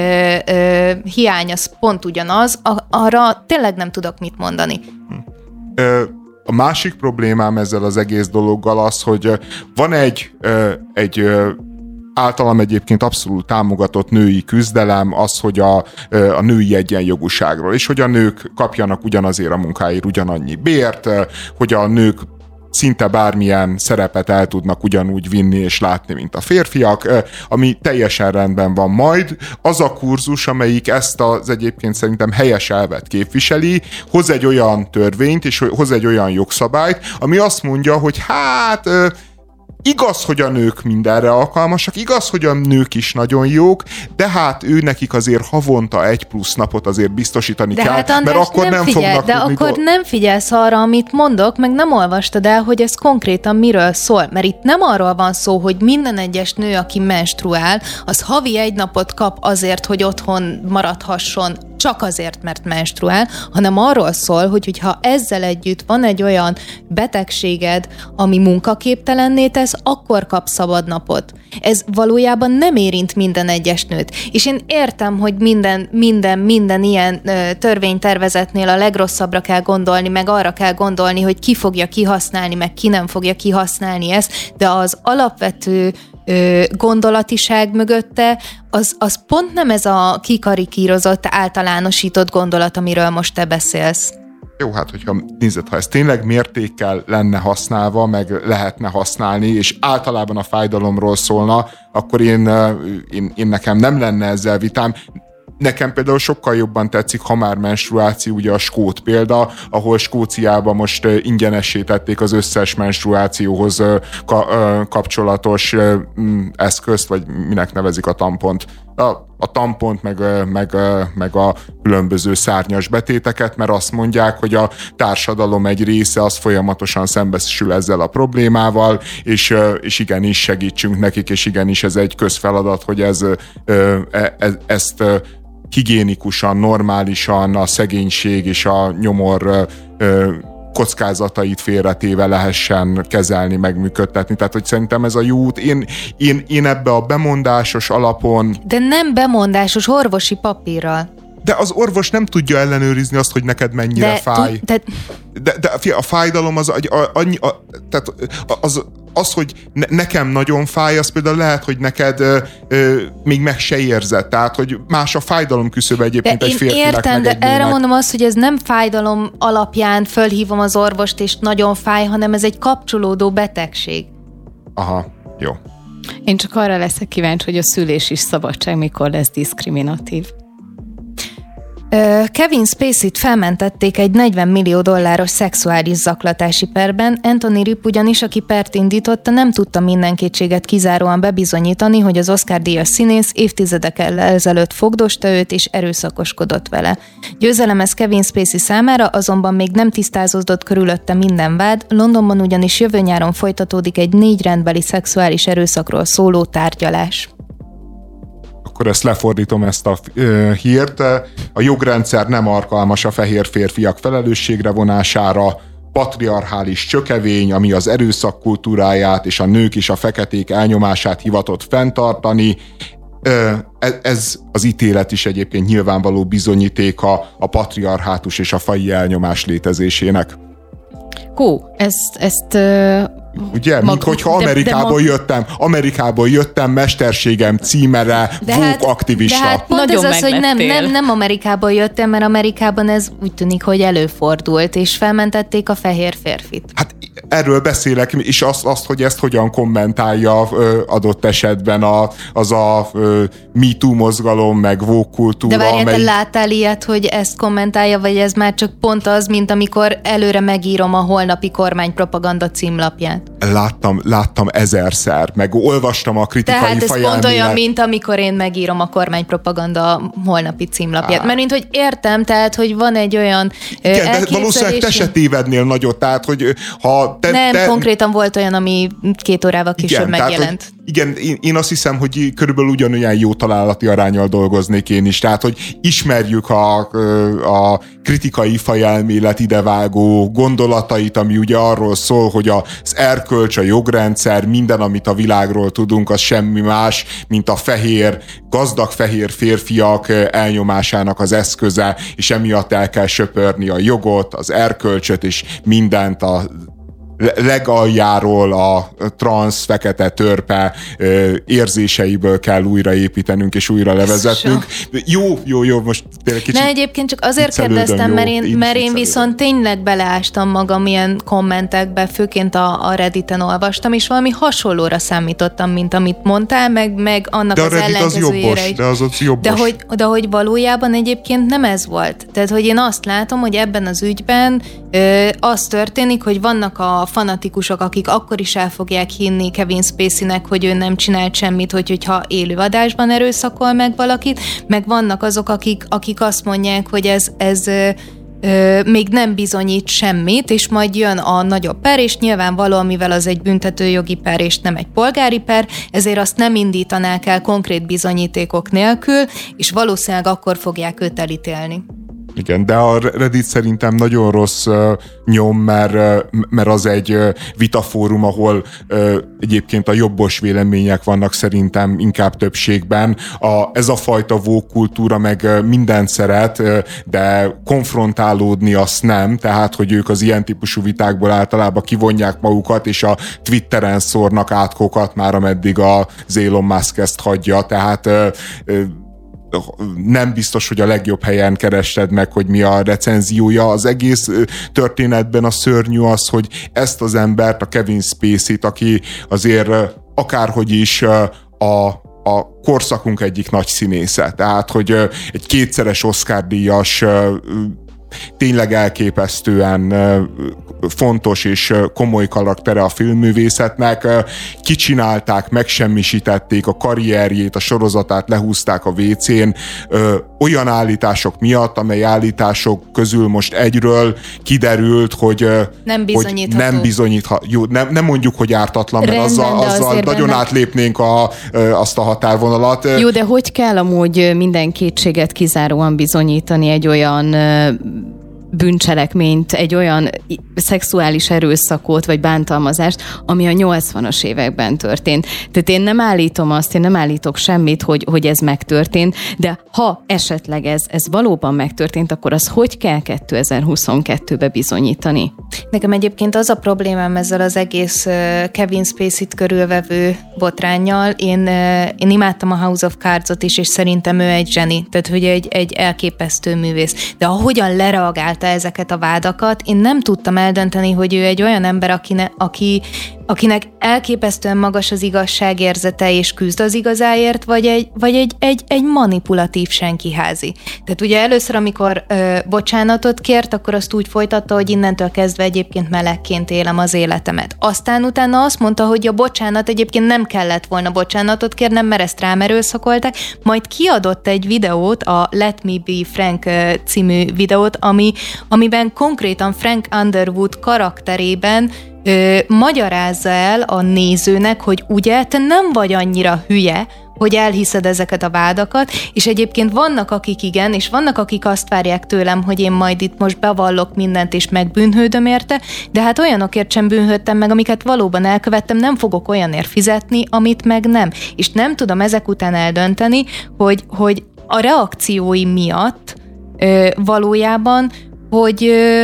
ö, hiány az pont ugyanaz, arra tényleg nem tudok mit mondani. Ö, a másik problémám ezzel az egész dologgal az, hogy van egy, ö, egy ö, általam egyébként abszolút támogatott női küzdelem az, hogy a, a női egyenjogúságról, és hogy a nők kapjanak ugyanazért a munkáért ugyanannyi bért, hogy a nők szinte bármilyen szerepet el tudnak ugyanúgy vinni és látni, mint a férfiak, ami teljesen rendben van. Majd az a kurzus, amelyik ezt az egyébként szerintem helyes elvet képviseli, hoz egy olyan törvényt, és hoz egy olyan jogszabályt, ami azt mondja, hogy hát... igaz, hogy a nők mindenre alkalmasak, igaz, hogy a nők is nagyon jók, de hát ő nekik azért havonta egy plusz napot azért biztosítani de kell, hát András, mert akkor nem, nem figyel, fognak de tudni akkor do- nem figyelsz arra, amit mondok, meg nem olvastad el, hogy ez konkrétan miről szól, mert itt nem arról van szó, hogy minden egyes nő, aki menstruál, az havi egy napot kap azért, hogy otthon maradhasson, csak azért, mert menstruál, hanem arról szól, hogy hogyha ezzel együtt van egy olyan betegséged, ami munkaképtelenné tesz, akkor kap szabadnapot. Ez valójában nem érint minden egyes nőt. És én értem, hogy minden, minden, minden ilyen ö, törvénytervezetnél a legrosszabbra kell gondolni, meg arra kell gondolni, hogy ki fogja kihasználni, meg ki nem fogja kihasználni ezt, de az alapvető ö, gondolatiság mögötte az, az pont nem ez a kikarikírozott, általánosított gondolat, amiről most te beszélsz. Jó, hát hogyha nézed, ha ez tényleg mértékkel lenne használva, meg lehetne használni, és általában a fájdalomról szólna, akkor én, én, én nekem nem lenne ezzel vitám. Nekem például sokkal jobban tetszik, ha már menstruáció, ugye a skót példa, ahol Skóciában most ingyenessé tették az összes menstruációhoz kapcsolatos eszközt, vagy minek nevezik a tampont, a, a tampont, meg, meg, meg a különböző szárnyas betéteket, mert azt mondják, hogy a társadalom egy része az folyamatosan szembesül ezzel a problémával, és, és igenis segítsünk nekik, és igenis ez egy közfeladat, hogy ez, ez, ezt higiénikusan, normálisan a szegénység és a nyomor kockázatait félretéve lehessen kezelni, megműködtetni. Tehát, hogy szerintem ez a jó út. Én, én, én ebbe a bemondásos alapon... De nem bemondásos, orvosi papírral. De az orvos nem tudja ellenőrizni azt, hogy neked mennyire de, fáj. De, de, de a fájdalom az, a, a, a, tehát az, az, hogy ne, nekem nagyon fáj, az például lehet, hogy neked ö, ö, még meg se érzed. Tehát, hogy más a fájdalom küszöbe egyébként de egy férfinek. Értem, de erre mondom azt, hogy ez nem fájdalom alapján fölhívom az orvost, és nagyon fáj, hanem ez egy kapcsolódó betegség. Aha, jó. Én csak arra leszek kíváncsi, hogy a szülési szabadság mikor lesz diszkriminatív. Kevin Spacey-t felmentették egy negyven millió dolláros szexuális zaklatási perben, Anthony Rapp ugyanis, aki pert indította, nem tudta minden kétséget kizáróan bebizonyítani, hogy az Oscar-díjas színész évtizedekkel ezelőtt fogdosta őt és erőszakoskodott vele. Győzelem ez Kevin Spacey számára, azonban még nem tisztázódott körülötte minden vád, Londonban ugyanis jövő nyáron folytatódik egy négy rendbeli szexuális erőszakról szóló tárgyalás. Akkor ezt lefordítom, ezt a ö, hírt. A jogrendszer nem alkalmas a fehér férfiak felelősségre vonására, patriarchális csökevény, ami az erőszak kultúráját és a nők és a feketék elnyomását hivatott fenntartani. Ö, ez az ítélet is egyébként nyilvánvaló bizonyítéka a patriarhátus és a faji elnyomás létezésének. Hú, ezt... ezt ö- Ugye, Mag- mint hogyha de- Amerikából de mag- jöttem, Amerikából jöttem, mesterségem címere, vók aktivista. De hát pont Nagyon ez az, hogy nem, meglettél. nem, nem Amerikából jöttem, mert Amerikában ez úgy tűnik, hogy előfordult, és felmentették a fehér férfit. Hát erről beszélek, és azt, azt hogy ezt hogyan kommentálja ö, adott esetben a, az a ö, MeToo mozgalom, meg woke kultúra. De várjál, te amely... láttál ilyet, hogy ezt kommentálja, vagy ez már csak pont az, mint amikor előre megírom a holnapi kormánypropaganda címlapját? Láttam, láttam ezerszer, meg olvastam a kritikai Tehát ez fajelmélet. pont olyan, mint amikor én megírom a kormánypropaganda holnapi címlapját. Á. Mert mint, hogy értem, tehát, hogy van egy olyan Igen, de valószínűleg te se tévednél nagyot, tehát, hogy ha te... Nem, te... konkrétan volt olyan, ami két órával később igen, megjelent. Tehát, igen, én, én azt hiszem, hogy körülbelül ugyanolyan jó találati aránnyal dolgoznék én is, tehát, hogy ismerjük a, a kritikai fajelmélet idevágó gondolatait, ami ugye arról szól, hogy az erkölcs, a jogrendszer, minden, amit a világról tudunk, az semmi más, mint a fehér, gazdag fehér férfiak elnyomásának az eszköze, és emiatt el kell söpörni a jogot, az erkölcsöt, és mindent a legaljáról a transz, fekete törpe érzéseiből kell újraépítenünk és újra levezetnünk. Jó, jó, jó, most tényleg kicsit... Ne, egyébként csak azért kérdeztem, mert én, mert én viszont tényleg beleástam magam ilyen kommentekbe, főként a, a Redditen olvastam, és valami hasonlóra számítottam, mint amit mondtál, meg, meg annak de az ellenkezőjére is. De az ott jobbos. De hogy, de hogy valójában egyébként nem ez volt. Tehát, hogy én azt látom, hogy ebben az ügyben ö, az történik, hogy vannak a fanatikusok, akik akkor is el fogják hinni Kevin Spaceynek, hogy ő nem csinált semmit, hogy, hogyha élőadásban erőszakol meg valakit, meg vannak azok, akik, akik azt mondják, hogy ez, ez ö, ö, még nem bizonyít semmit, és majd jön a nagyobb per, és nyilvánvaló, mivel az egy büntetőjogi per, és nem egy polgári per, ezért azt nem indítanák el konkrét bizonyítékok nélkül, és valószínűleg akkor fogják őt elítélni. Igen, de a Reddit szerintem nagyon rossz uh, nyom, mert, uh, mert az egy uh, vitafórum, ahol uh, egyébként a jobbos vélemények vannak szerintem inkább többségben. A, ez a fajta woke kultúra meg uh, mindent szeret, uh, de konfrontálódni azt nem, tehát hogy ők az ilyen típusú vitákból általában kivonják magukat, és a Twitteren szórnak átkokat már, ameddig az Elon Musk ezt hagyja, tehát uh, uh, nem biztos, hogy a legjobb helyen kerested meg, hogy mi a recenziója. Az egész történetben a szörnyű az, hogy ezt az embert, a Kevin Spacey-t, aki azért akárhogy is a, a korszakunk egyik nagy színésze. Tehát, hogy egy kétszeres Oscar-díjas tényleg elképesztően fontos és komoly karaktere a filmművészetnek. Kicsinálták, megsemmisítették a karrierjét, a sorozatát lehúzták a vécén olyan állítások miatt, amely állítások közül most egyről kiderült, hogy nem bizonyítható. Hogy nem, bizonyítha, jó, nem, nem mondjuk, hogy ártatlan, mert Rendben, azzal, azzal nagyon benne átlépnénk a, azt a határvonalat. Jó, de hogy kell amúgy minden kétséget kizáróan bizonyítani egy olyan bűncselekményt, egy olyan szexuális erőszakot, vagy bántalmazást, ami a nyolcvanas években történt. Tehát én nem állítom azt, én nem állítok semmit, hogy, hogy ez megtörtént, de ha esetleg ez, ez valóban megtörtént, akkor az hogy kell kétezer-huszonkettőbe bizonyítani? Nekem egyébként az a problémám ezzel az egész Kevin Spacey-t körülvevő botránnyal. Én, én imádtam a House of Cards-ot is, és szerintem ő egy zseni, tehát hogy egy, egy elképesztő művész. De ahogyan lereagálta ezeket a vádakat, én nem tudtam eldönteni, hogy ő egy olyan ember, akine, aki, akinek elképesztően magas az igazságérzete és küzd az igazáért, vagy egy, vagy egy, egy, egy manipulatív senkiházi. Tehát ugye először, amikor ö, bocsánatot kért, akkor azt úgy folytatta, hogy innentől kezdve egyébként melegként élem az életemet. Aztán utána azt mondta, hogy a bocsánat egyébként nem kellett volna bocsánatot kérnem, mert ezt rám erőszakolták, majd kiadott egy videót, a Let Me Be Frank című videót, ami, amiben konkrétan Frank Underwood karakterében Ö, magyarázza el a nézőnek, hogy ugye te nem vagy annyira hülye, hogy elhiszed ezeket a vádakat, és egyébként vannak, akik igen, és vannak, akik azt várják tőlem, hogy én majd itt most bevallok mindent, és megbűnhődöm érte, de hát olyanokért sem bűnhődtem meg, amiket valóban elkövettem, nem fogok olyanért fizetni, amit meg nem. És nem tudom ezek után eldönteni, hogy, hogy a reakciói miatt ö, valójában, hogy... Ö,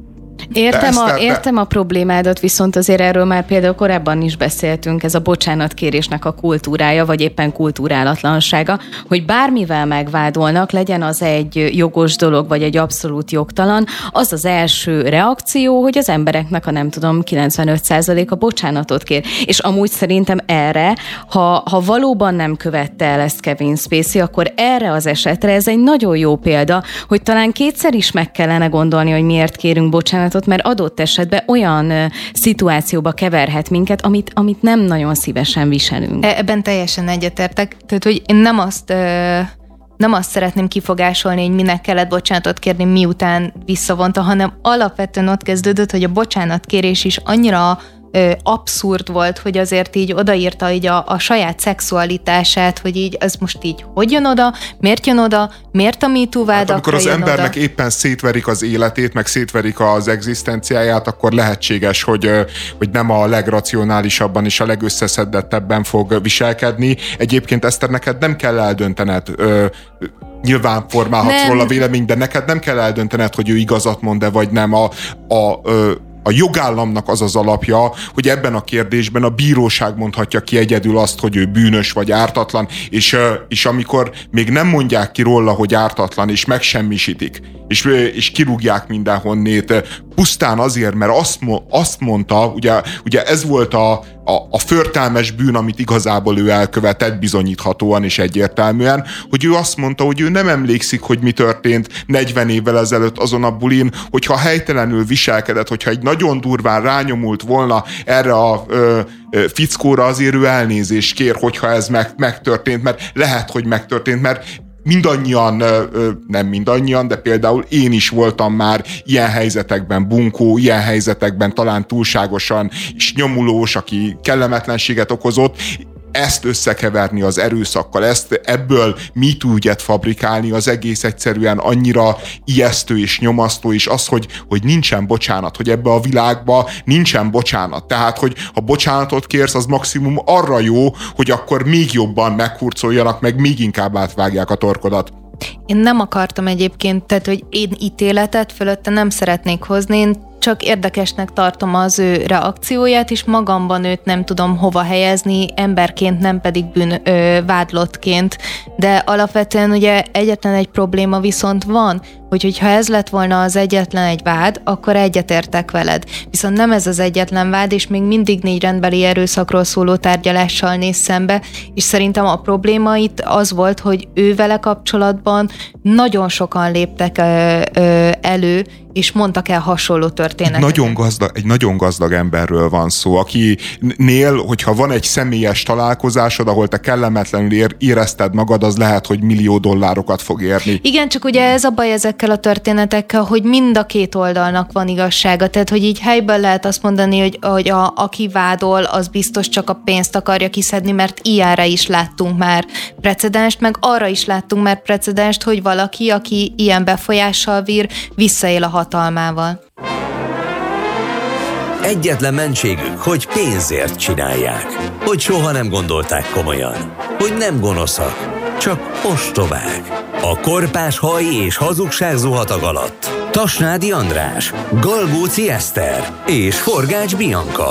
Értem a, értem a problémádat, viszont azért erről már például korábban is beszéltünk, ez a bocsánatkérésnek a kultúrája, vagy éppen kultúrálatlansága, hogy bármivel megvádolnak, legyen az egy jogos dolog, vagy egy abszolút jogtalan, az az első reakció, hogy az embereknek a nem tudom, kilencvenöt százaléka bocsánatot kér. És amúgy szerintem erre, ha, ha valóban nem követte el ezt Kevin Spacey, akkor erre az esetre ez egy nagyon jó példa, hogy talán kétszer is meg kellene gondolni, hogy miért kérünk bocsánatot, mert adott esetben olyan uh, szituációba keverhet minket, amit, amit nem nagyon szívesen viselünk. Ebben teljesen egyetértek. Tehát, hogy én nem azt, uh, nem azt szeretném kifogásolni, hogy minek kellett bocsánatot kérni, miután visszavonta, hanem alapvetően ott kezdődött, hogy a bocsánatkérés is annyira abszurd volt, hogy azért így odaírta így a, a saját szexualitását, hogy így az most így hogy jön oda, miért jön oda, miért a MeToo vádakra hát amikor az jön embernek oda. Éppen szétverik az életét, meg szétverik az egzisztenciáját, akkor lehetséges, hogy, hogy nem a legracionálisabban és a legösszeszedettebben fog viselkedni. Egyébként Eszter, neked nem kell eldöntened, nyilván formálhatsz róla véleményt, de neked nem kell eldöntened, hogy ő igazat mond-e, vagy nem. A, a, a A jogállamnak az az alapja, hogy ebben a kérdésben a bíróság mondhatja ki egyedül azt, hogy ő bűnös vagy ártatlan, és, és amikor még nem mondják ki róla, hogy ártatlan, és megsemmisítik, és, és kirúgják mindenhonnét, pusztán azért, mert azt, azt mondta, ugye, ugye ez volt a, a, a förtelmes bűn, amit igazából ő elkövetett bizonyíthatóan és egyértelműen, hogy ő azt mondta, hogy ő nem emlékszik, hogy mi történt negyven évvel ezelőtt azon a bulin, hogyha helytelenül viselkedett, hogyha egy nagyon durván rányomult volna erre a ö, ö, fickóra, azért ő elnézést kér, hogyha ez meg, megtörtént, mert lehet, hogy megtörtént, mert mindannyian, nem mindannyian, de például én is voltam már ilyen helyzetekben bunkó, ilyen helyzetekben talán túlságosan is nyomulós, aki kellemetlenséget okozott. Ezt összekeverni az erőszakkal, ezt ebből MeToo ügyet fabrikálni, az egész egyszerűen annyira ijesztő és nyomasztó, és az, hogy, hogy nincsen bocsánat, hogy ebbe a világba nincsen bocsánat. Tehát, hogy ha bocsánatot kérsz, az maximum arra jó, hogy akkor még jobban meghurcoljanak, meg még inkább átvágják a torkodat. Én nem akartam egyébként, tehát, hogy én ítéletet fölötte nem szeretnék hozni, én csak érdekesnek tartom az ő reakcióját, és magamban őt nem tudom hova helyezni, emberként, nem pedig bűn, ö, vádlottként. De alapvetően ugye egyetlen egy probléma viszont van, hogy hogyha ez lett volna az egyetlen egy vád, akkor egyetértek veled. Viszont nem ez az egyetlen vád, és még mindig négy rendbeli erőszakról szóló tárgyalással néz szembe, és szerintem a probléma itt az volt, hogy ő vele kapcsolatban nagyon sokan léptek ö, ö, elő, és mondtak el hasonló történeteket. Nagyon gazdag, egy nagyon gazdag emberről van szó, akinél, hogyha van egy személyes találkozásod, ahol te kellemetlenül ér, érezted magad, az lehet, hogy millió dollárokat fog érni. Igen, csak ugye ez a baj ezekkel a történetekkel, hogy mind a két oldalnak van igazsága, tehát hogy így helyből lehet azt mondani, hogy, hogy a, aki vádol, az biztos csak a pénzt akarja kiszedni, mert ilyenre is láttunk már precedenst, meg arra is láttunk már precedenst, hogy valaki, aki ilyen befolyással bír, visszaél a hatalmával. Egyetlen mentségük, hogy pénzért csinálják. Hogy soha nem gondolták komolyan. Hogy nem gonoszak, csak ostobák. A korpás haj és hazugság zuhatag alatt Tasnádi András, Galgóci Eszter és Forgács Bianca.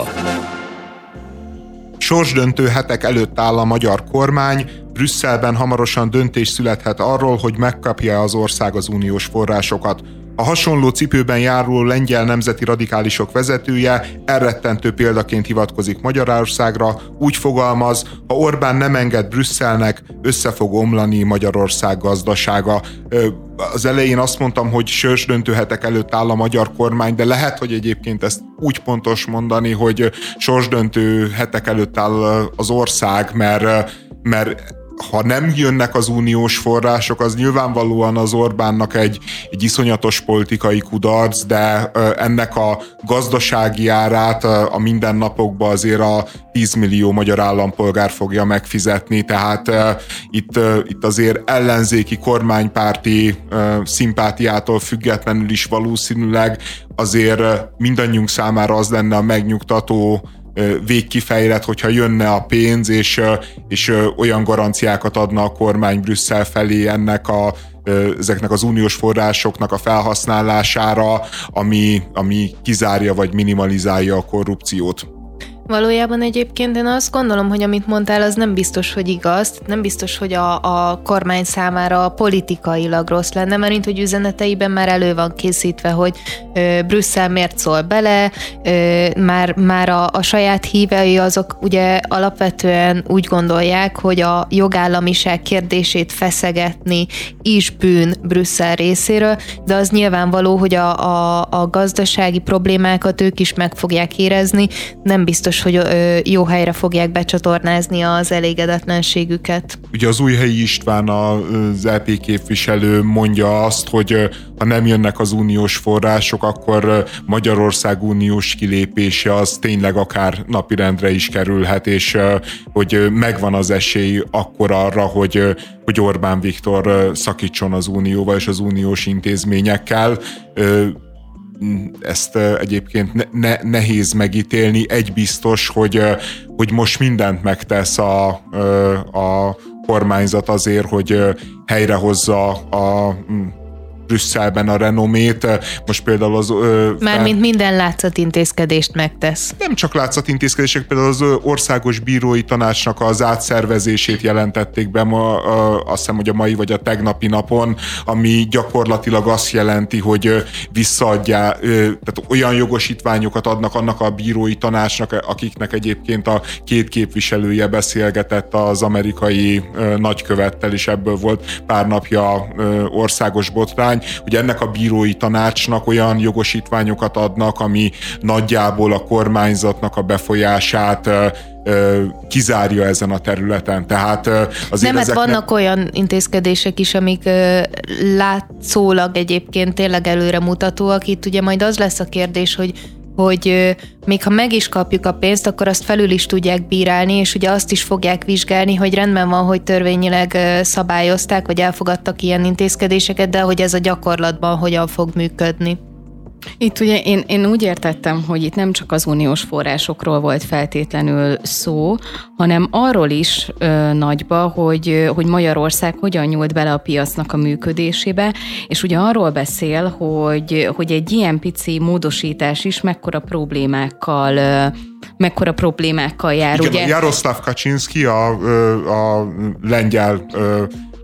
Sorsdöntő hetek előtt áll a magyar kormány, Brüsszelben hamarosan döntés születhet arról, hogy megkapja az ország az uniós forrásokat. A hasonló cipőben járó lengyel nemzeti radikálisok vezetője elrettentő példaként hivatkozik Magyarországra, úgy fogalmaz, ha Orbán nem enged Brüsszelnek, össze fog omlani Magyarország gazdasága. Az elején azt mondtam, hogy sorsdöntő hetek előtt áll a magyar kormány, de lehet, hogy egyébként ezt úgy pontos mondani, hogy sorsdöntő hetek előtt áll az ország, mert, mert ha nem jönnek az uniós források, az nyilvánvalóan az Orbánnak egy, egy iszonyatos politikai kudarc, de ennek a gazdasági árát a mindennapokban azért a tíz millió magyar állampolgár fogja megfizetni, tehát itt, itt azért ellenzéki kormánypárti szimpátiától függetlenül is valószínűleg azért mindannyiunk számára az lenne a megnyugtató végkifejlet, hogyha jönne a pénz, és, és olyan garanciákat adna a kormány Brüsszel felé ennek a, ezeknek az uniós forrásoknak a felhasználására, ami, ami kizárja vagy minimalizálja a korrupciót. Valójában egyébként én azt gondolom, hogy amit mondtál, az nem biztos, hogy igaz, nem biztos, hogy a, a kormány számára politikailag rossz lenne, mert hogy üzeneteiben már elő van készítve, hogy ö, Brüsszel miért szól bele, ö, már, már a, a saját hívei azok ugye alapvetően úgy gondolják, hogy a jogállamiság kérdését feszegetni is bűn Brüsszel részéről, de az nyilvánvaló, hogy a, a, a gazdasági problémákat ők is meg fogják érezni, nem biztos, hogy jó helyre fogják becsatornázni az elégedetlenségüket. Ugye az Újhelyi István, az é pé képviselő mondja azt, hogy ha nem jönnek az uniós források, akkor Magyarország uniós kilépése az tényleg akár napirendre is kerülhet, és hogy megvan az esély akkor arra, hogy, hogy Orbán Viktor szakítson az unióval és az uniós intézményekkel. Ezt egyébként ne, ne, nehéz megítélni. Egy biztos, hogy, hogy most mindent megtesz a, a kormányzat azért, hogy helyrehozza a Brüsszelben a renomét. Most például az... Mármint minden látszatintézkedést megtesz. Nem csak látszatintézkedések, például az Országos Bírói Tanácsnak az átszervezését jelentették be ma, azt hiszem, hogy a mai vagy a tegnapi napon, ami gyakorlatilag azt jelenti, hogy visszaadják, tehát olyan jogosítványokat adnak annak a bírói tanácsnak, akiknek egyébként a két képviselője beszélgetett az amerikai nagykövettel, és ebből volt pár napja országos botrány, hogy ennek a bírói tanácsnak olyan jogosítványokat adnak, ami nagyjából a kormányzatnak a befolyását kizárja ezen a területen. Tehát azért nem, ezek hát vannak nem... olyan intézkedések is, amik uh, látszólag egyébként tényleg előremutatóak. Itt ugye majd az lesz a kérdés, hogy hogy még ha meg is kapjuk a pénzt, akkor azt felül is tudják bírálni, és ugye azt is fogják vizsgálni, hogy rendben van, hogy törvényileg szabályozták, vagy elfogadtak ilyen intézkedéseket, de hogy ez a gyakorlatban hogyan fog működni. Itt ugye én, én úgy értettem, hogy itt nem csak az uniós forrásokról volt feltétlenül szó, hanem arról is ö, nagyba, hogy, hogy Magyarország hogyan nyúlt bele a piacnak a működésébe, és ugye arról beszél, hogy, hogy egy ilyen pici módosítás is mekkora problémákkal ö, mekkora problémákkal jár. Igen, ugye? Jaroszláv Kaczynszki, a, a lengyel hát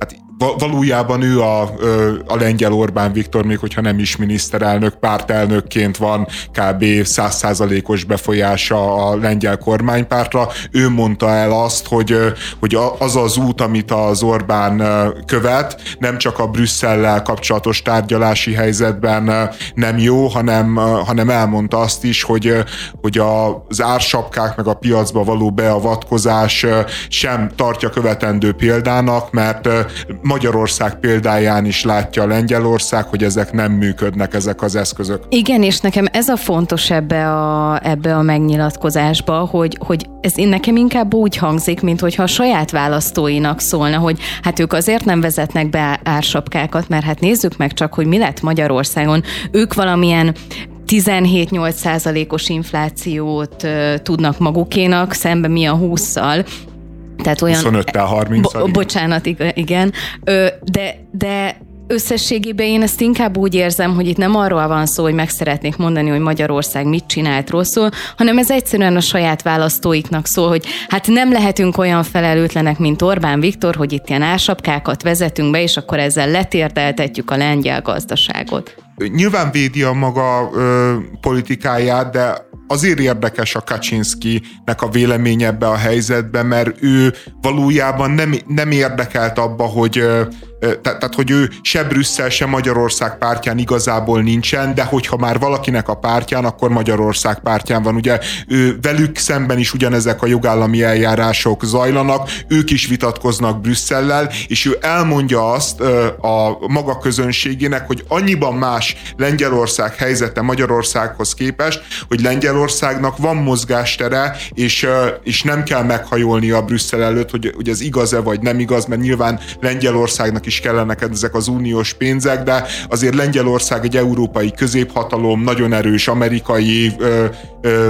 valójában ő a, a lengyel Orbán Viktor, még hogyha nem is miniszterelnök, pártelnökként van kb. száz százalékos befolyása a lengyel kormánypártra. Ő mondta el azt, hogy, hogy az az út, amit az Orbán követ, nem csak a Brüsszellel kapcsolatos tárgyalási helyzetben nem jó, hanem, hanem elmondta azt is, hogy, hogy az ársapkák meg a piacba való beavatkozás sem tartja követendő példának, mert Magyarország példáján is látja Lengyelország, hogy ezek nem működnek, ezek az eszközök. Igen, és nekem ez a fontos ebbe a, ebbe a megnyilatkozásba, hogy, hogy ez nekem inkább úgy hangzik, mint hogyha a saját választóinak szólna, hogy hát ők azért nem vezetnek be ársapkákat, mert hát nézzük meg csak, hogy mi lett Magyarországon. Ők valamilyen tizenhét-nyolc százalékos inflációt uh, tudnak magukénak, szemben mi a hússzal. Tehát olyan, huszonöttel harminccal. Bo- bocsánat, igen. Ö, de, de összességében én ezt inkább úgy érzem, hogy itt nem arról van szó, hogy meg szeretnék mondani, hogy Magyarország mit csinált rosszul, hanem ez egyszerűen a saját választóiknak szól, hogy hát nem lehetünk olyan felelőtlenek, mint Orbán Viktor, hogy itt ilyen ársapkákat vezetünk be, és akkor ezzel letérdeltetjük a lengyel gazdaságot. Nyilván védi a maga ö, politikáját, de azért érdekes a Kaczynszkinek a véleménye ebbe a helyzetbe, mert ő valójában nem, nem érdekelt abba, hogy, te, tehát, hogy ő se Brüsszel, se Magyarország pártján igazából nincsen, de hogyha már valakinek a pártján, akkor Magyarország pártján van. Ugye ő, velük szemben is ugyanezek a jogállami eljárások zajlanak, ők is vitatkoznak Brüsszellel, és ő elmondja azt a maga közönségének, hogy annyiban más Lengyelország helyzete Magyarországhoz képest, hogy Lengyelországnak van mozgástere, és, és nem kell meghajolni a Brüsszel előtt, hogy, hogy ez igaz-e vagy nem igaz, mert nyilván Lengyelországnak is kellenek ezek az uniós pénzek, de azért Lengyelország egy európai középhatalom, nagyon erős amerikai ö, ö,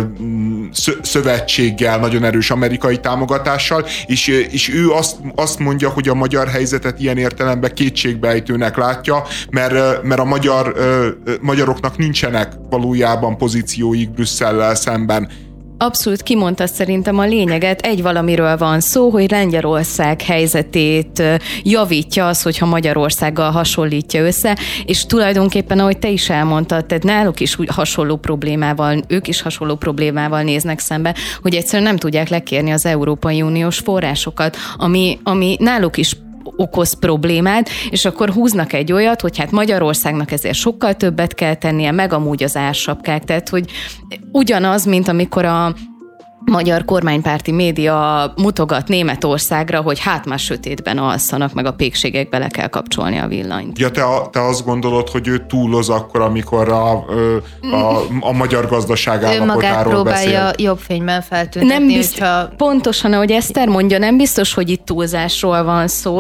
szövetséggel, nagyon erős amerikai támogatással, és, és ő azt, azt mondja, hogy a magyar helyzetet ilyen értelemben kétségbejtőnek látja, mert, mert a magyar, ö, magyaroknak nincsenek valójában pozícióik Brüsszellel szemben. Abszolút kimondta szerintem a lényeget. Egy valamiről van szó, hogy Lengyelország helyzetét javítja az, hogyha Magyarországgal hasonlítja össze, és tulajdonképpen, ahogy te is elmondtad, tehát náluk is hasonló problémával, ők is hasonló problémával néznek szembe, hogy egyszerűen nem tudják lekérni az Európai Uniós forrásokat, ami, ami náluk is okoz problémát, és akkor húznak egy olyat, hogy hát Magyarországnak ezért sokkal többet kell tennie, meg amúgy az ársapkák, tehát hogy ugyanaz, mint amikor a magyar kormánypárti média mutogat Németországra, hogy hát már sötétben alszanak, meg a pékségek bele kell kapcsolni a villanyt. Ja, te, te azt gondolod, hogy ő túloz akkor, amikor a, a, a magyar gazdaság állapotáról beszél? Ő magát próbálja jobb fényben feltüntetni. Nem biztos, hogyha... Pontosan, ahogy Eszter mondja, nem biztos, hogy itt túlzásról van szó.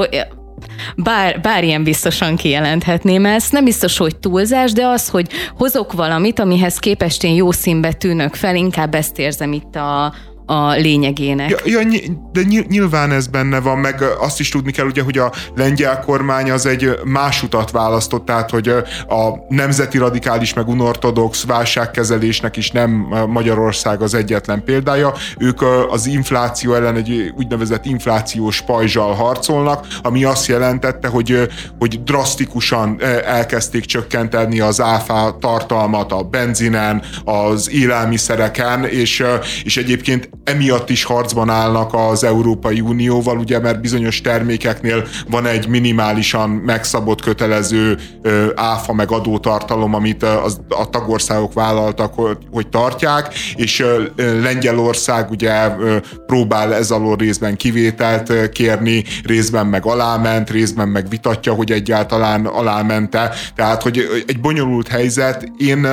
Bár, bár ilyen biztosan kijelenthetném ezt, nem biztos, hogy túlzás, de az, hogy hozok valamit, amihez képest én jó színbe tűnök fel, inkább ezt érzem itt a, a lényegének. Ja, ja, de nyilván ez benne van, meg azt is tudni kell, ugye, hogy a lengyel kormány az egy más utat választott, tehát, hogy a nemzeti radikális meg unortodox válságkezelésnek is nem Magyarország az egyetlen példája. Ők az infláció ellen egy úgynevezett inflációs pajzsal harcolnak, ami azt jelentette, hogy, hogy drasztikusan elkezdték csökkenteni az áfa tartalmat a benzinen, az élelmiszereken, és, és egyébként emiatt is harcban állnak az Európai Unióval, ugye, mert bizonyos termékeknél van egy minimálisan megszabott kötelező áfa meg adótartalom, amit a tagországok vállaltak, hogy tartják, és Lengyelország ugye próbál ez alól részben kivételt kérni, részben meg aláment, részben meg vitatja, hogy egyáltalán alámente. Tehát, hogy egy bonyolult helyzet. Én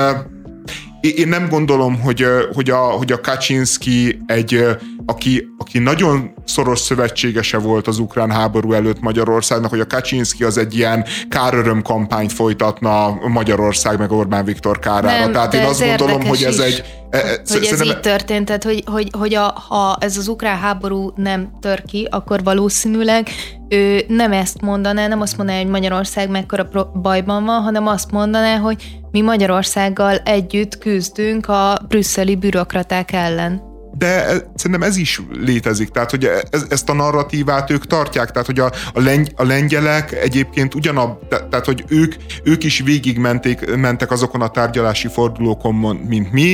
Én nem gondolom, hogy, hogy, a, hogy a Kaczynszki egy, aki, aki nagyon szoros szövetségese volt az ukrán háború előtt Magyarországnak, hogy a Kaczynszki az egy ilyen káröröm kampányt folytatna Magyarország meg Orbán Viktor kárára. Nem, tehát én azt gondolom, hogy ez is, egy... Hogy ez így történt, tehát hogy, hogy, hogy a, ha ez az ukrán háború nem tör ki, akkor valószínűleg ő nem ezt mondaná, nem azt mondaná, hogy Magyarország mekkora bajban van, hanem azt mondaná, hogy mi Magyarországgal együtt küzdünk a brüsszeli bürokraták ellen. de szerintem ez is létezik, tehát hogy ez, ezt a narratívát ők tartják, tehát hogy a, a, lengy, a lengyelek egyébként ugyanab, tehát hogy ők, ők is végigmenték, mentek azokon a tárgyalási fordulókon, mint mi.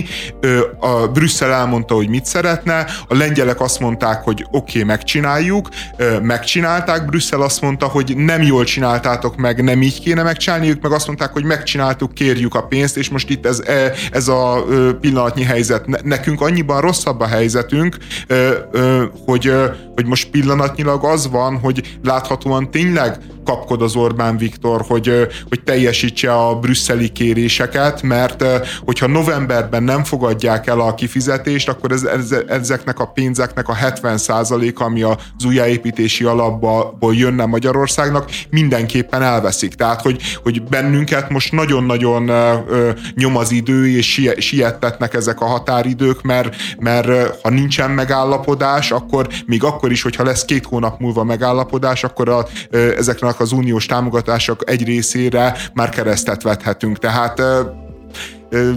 A Brüsszel elmondta, hogy mit szeretne, a lengyelek azt mondták, hogy oké, okay, megcsináljuk, megcsinálták, Brüsszel azt mondta, hogy nem jól csináltátok meg, nem így kéne megcsinálni, ők meg azt mondták, hogy megcsináltuk, kérjük a pénzt, és most itt ez, ez a pillanatnyi helyzet. Nekünk annyiban rosszabb a helyzetünk, hogy, hogy most pillanatnyilag az van, hogy láthatóan tényleg kapkod az Orbán Viktor, hogy, hogy teljesítse a brüsszeli kéréseket, mert hogyha novemberben nem fogadják el a kifizetést, akkor ez, ez, ezeknek a pénzeknek a hetven százaléka, ami az újjáépítési alapból jönne Magyarországnak, mindenképpen elveszik. Tehát, hogy, hogy bennünket most nagyon-nagyon nyom az idő, és siettetnek ezek a határidők, mert, mert ha nincsen megállapodás, akkor még akkor is, hogyha lesz két hónap múlva megállapodás, akkor a, ezeknek az uniós támogatások egy részére már keresztet vethetünk. Tehát ö, ö,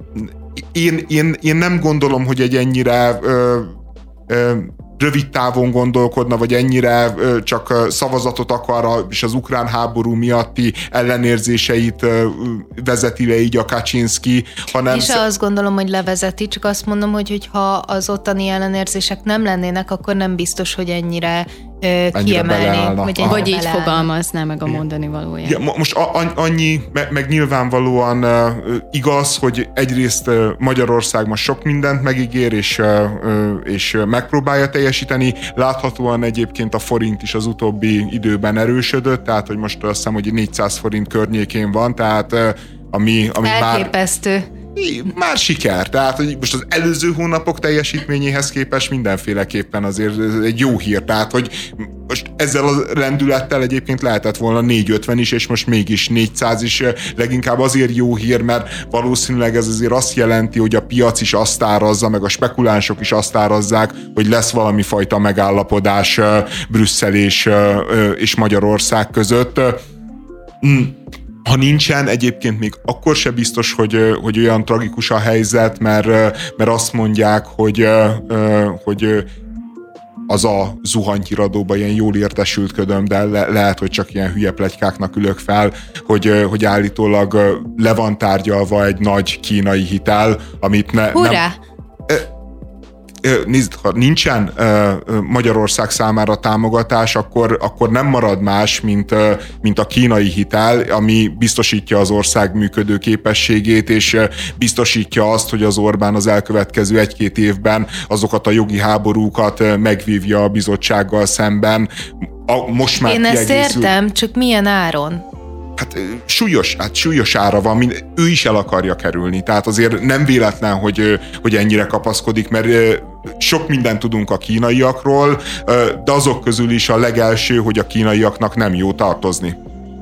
én, én, én nem gondolom, hogy egy ennyire ö, ö, rövid távon gondolkodna, vagy ennyire ö, csak szavazatot akar, és az ukrán háború miatti ellenérzéseit ö, vezeti le így a Kaczynszki, hanem... És azt gondolom, hogy levezeti, csak azt mondom, hogy, hogy ha az ottani ellenérzések nem lennének, akkor nem biztos, hogy ennyire kiemelnénk, vagy, vagy így fogalmazná meg a mondani valóját. Ja, most a, annyi, meg, meg nyilvánvalóan uh, igaz, hogy egyrészt uh, Magyarország most sok mindent megígér, és, uh, és megpróbálja teljesíteni. Láthatóan egyébként a forint is az utóbbi időben erősödött, tehát hogy most azt hiszem, hogy négyszáz forint környékén van, tehát uh, ami, ami elképesztő. Már Már siker, tehát hogy most az előző hónapok teljesítményéhez képest mindenféleképpen azért egy jó hír, tehát hogy most ezzel a rendülettel egyébként lehetett volna négyszázötven is, és most mégis négyszáz is, leginkább azért jó hír, mert valószínűleg ez azért azt jelenti, hogy a piac is azt árazza, meg a spekulánsok is azt árazzák, hogy lesz valami fajta megállapodás Brüsszel és, és Magyarország között. Ha nincsen, egyébként még akkor se biztos, hogy, hogy olyan tragikus a helyzet, mert, mert azt mondják, hogy, hogy az a zuhanyhíradóban ilyen jól értesültködöm, de le, lehet, hogy csak ilyen hülye pletykáknak ülök fel, hogy, hogy állítólag le van tárgyalva egy nagy kínai hitel, amit ne, Hurrá! nem... Nézd, ha nincsen Magyarország számára támogatás, akkor, akkor nem marad más, mint, mint a kínai hitel, ami biztosítja az ország működő képességét, és biztosítja azt, hogy az Orbán az elkövetkező egy-két évben azokat a jogi háborúkat megvívja a bizottsággal szemben. A, most már Én ezt kiegészül... értem, csak milyen áron? Hát súlyos, hát súlyos ára van, mind, ő is el akarja kerülni, tehát azért nem véletlen, hogy, hogy ennyire kapaszkodik, mert sok mindent tudunk a kínaiakról, de azok közül is a legelső, hogy a kínaiaknak nem jó tartozni.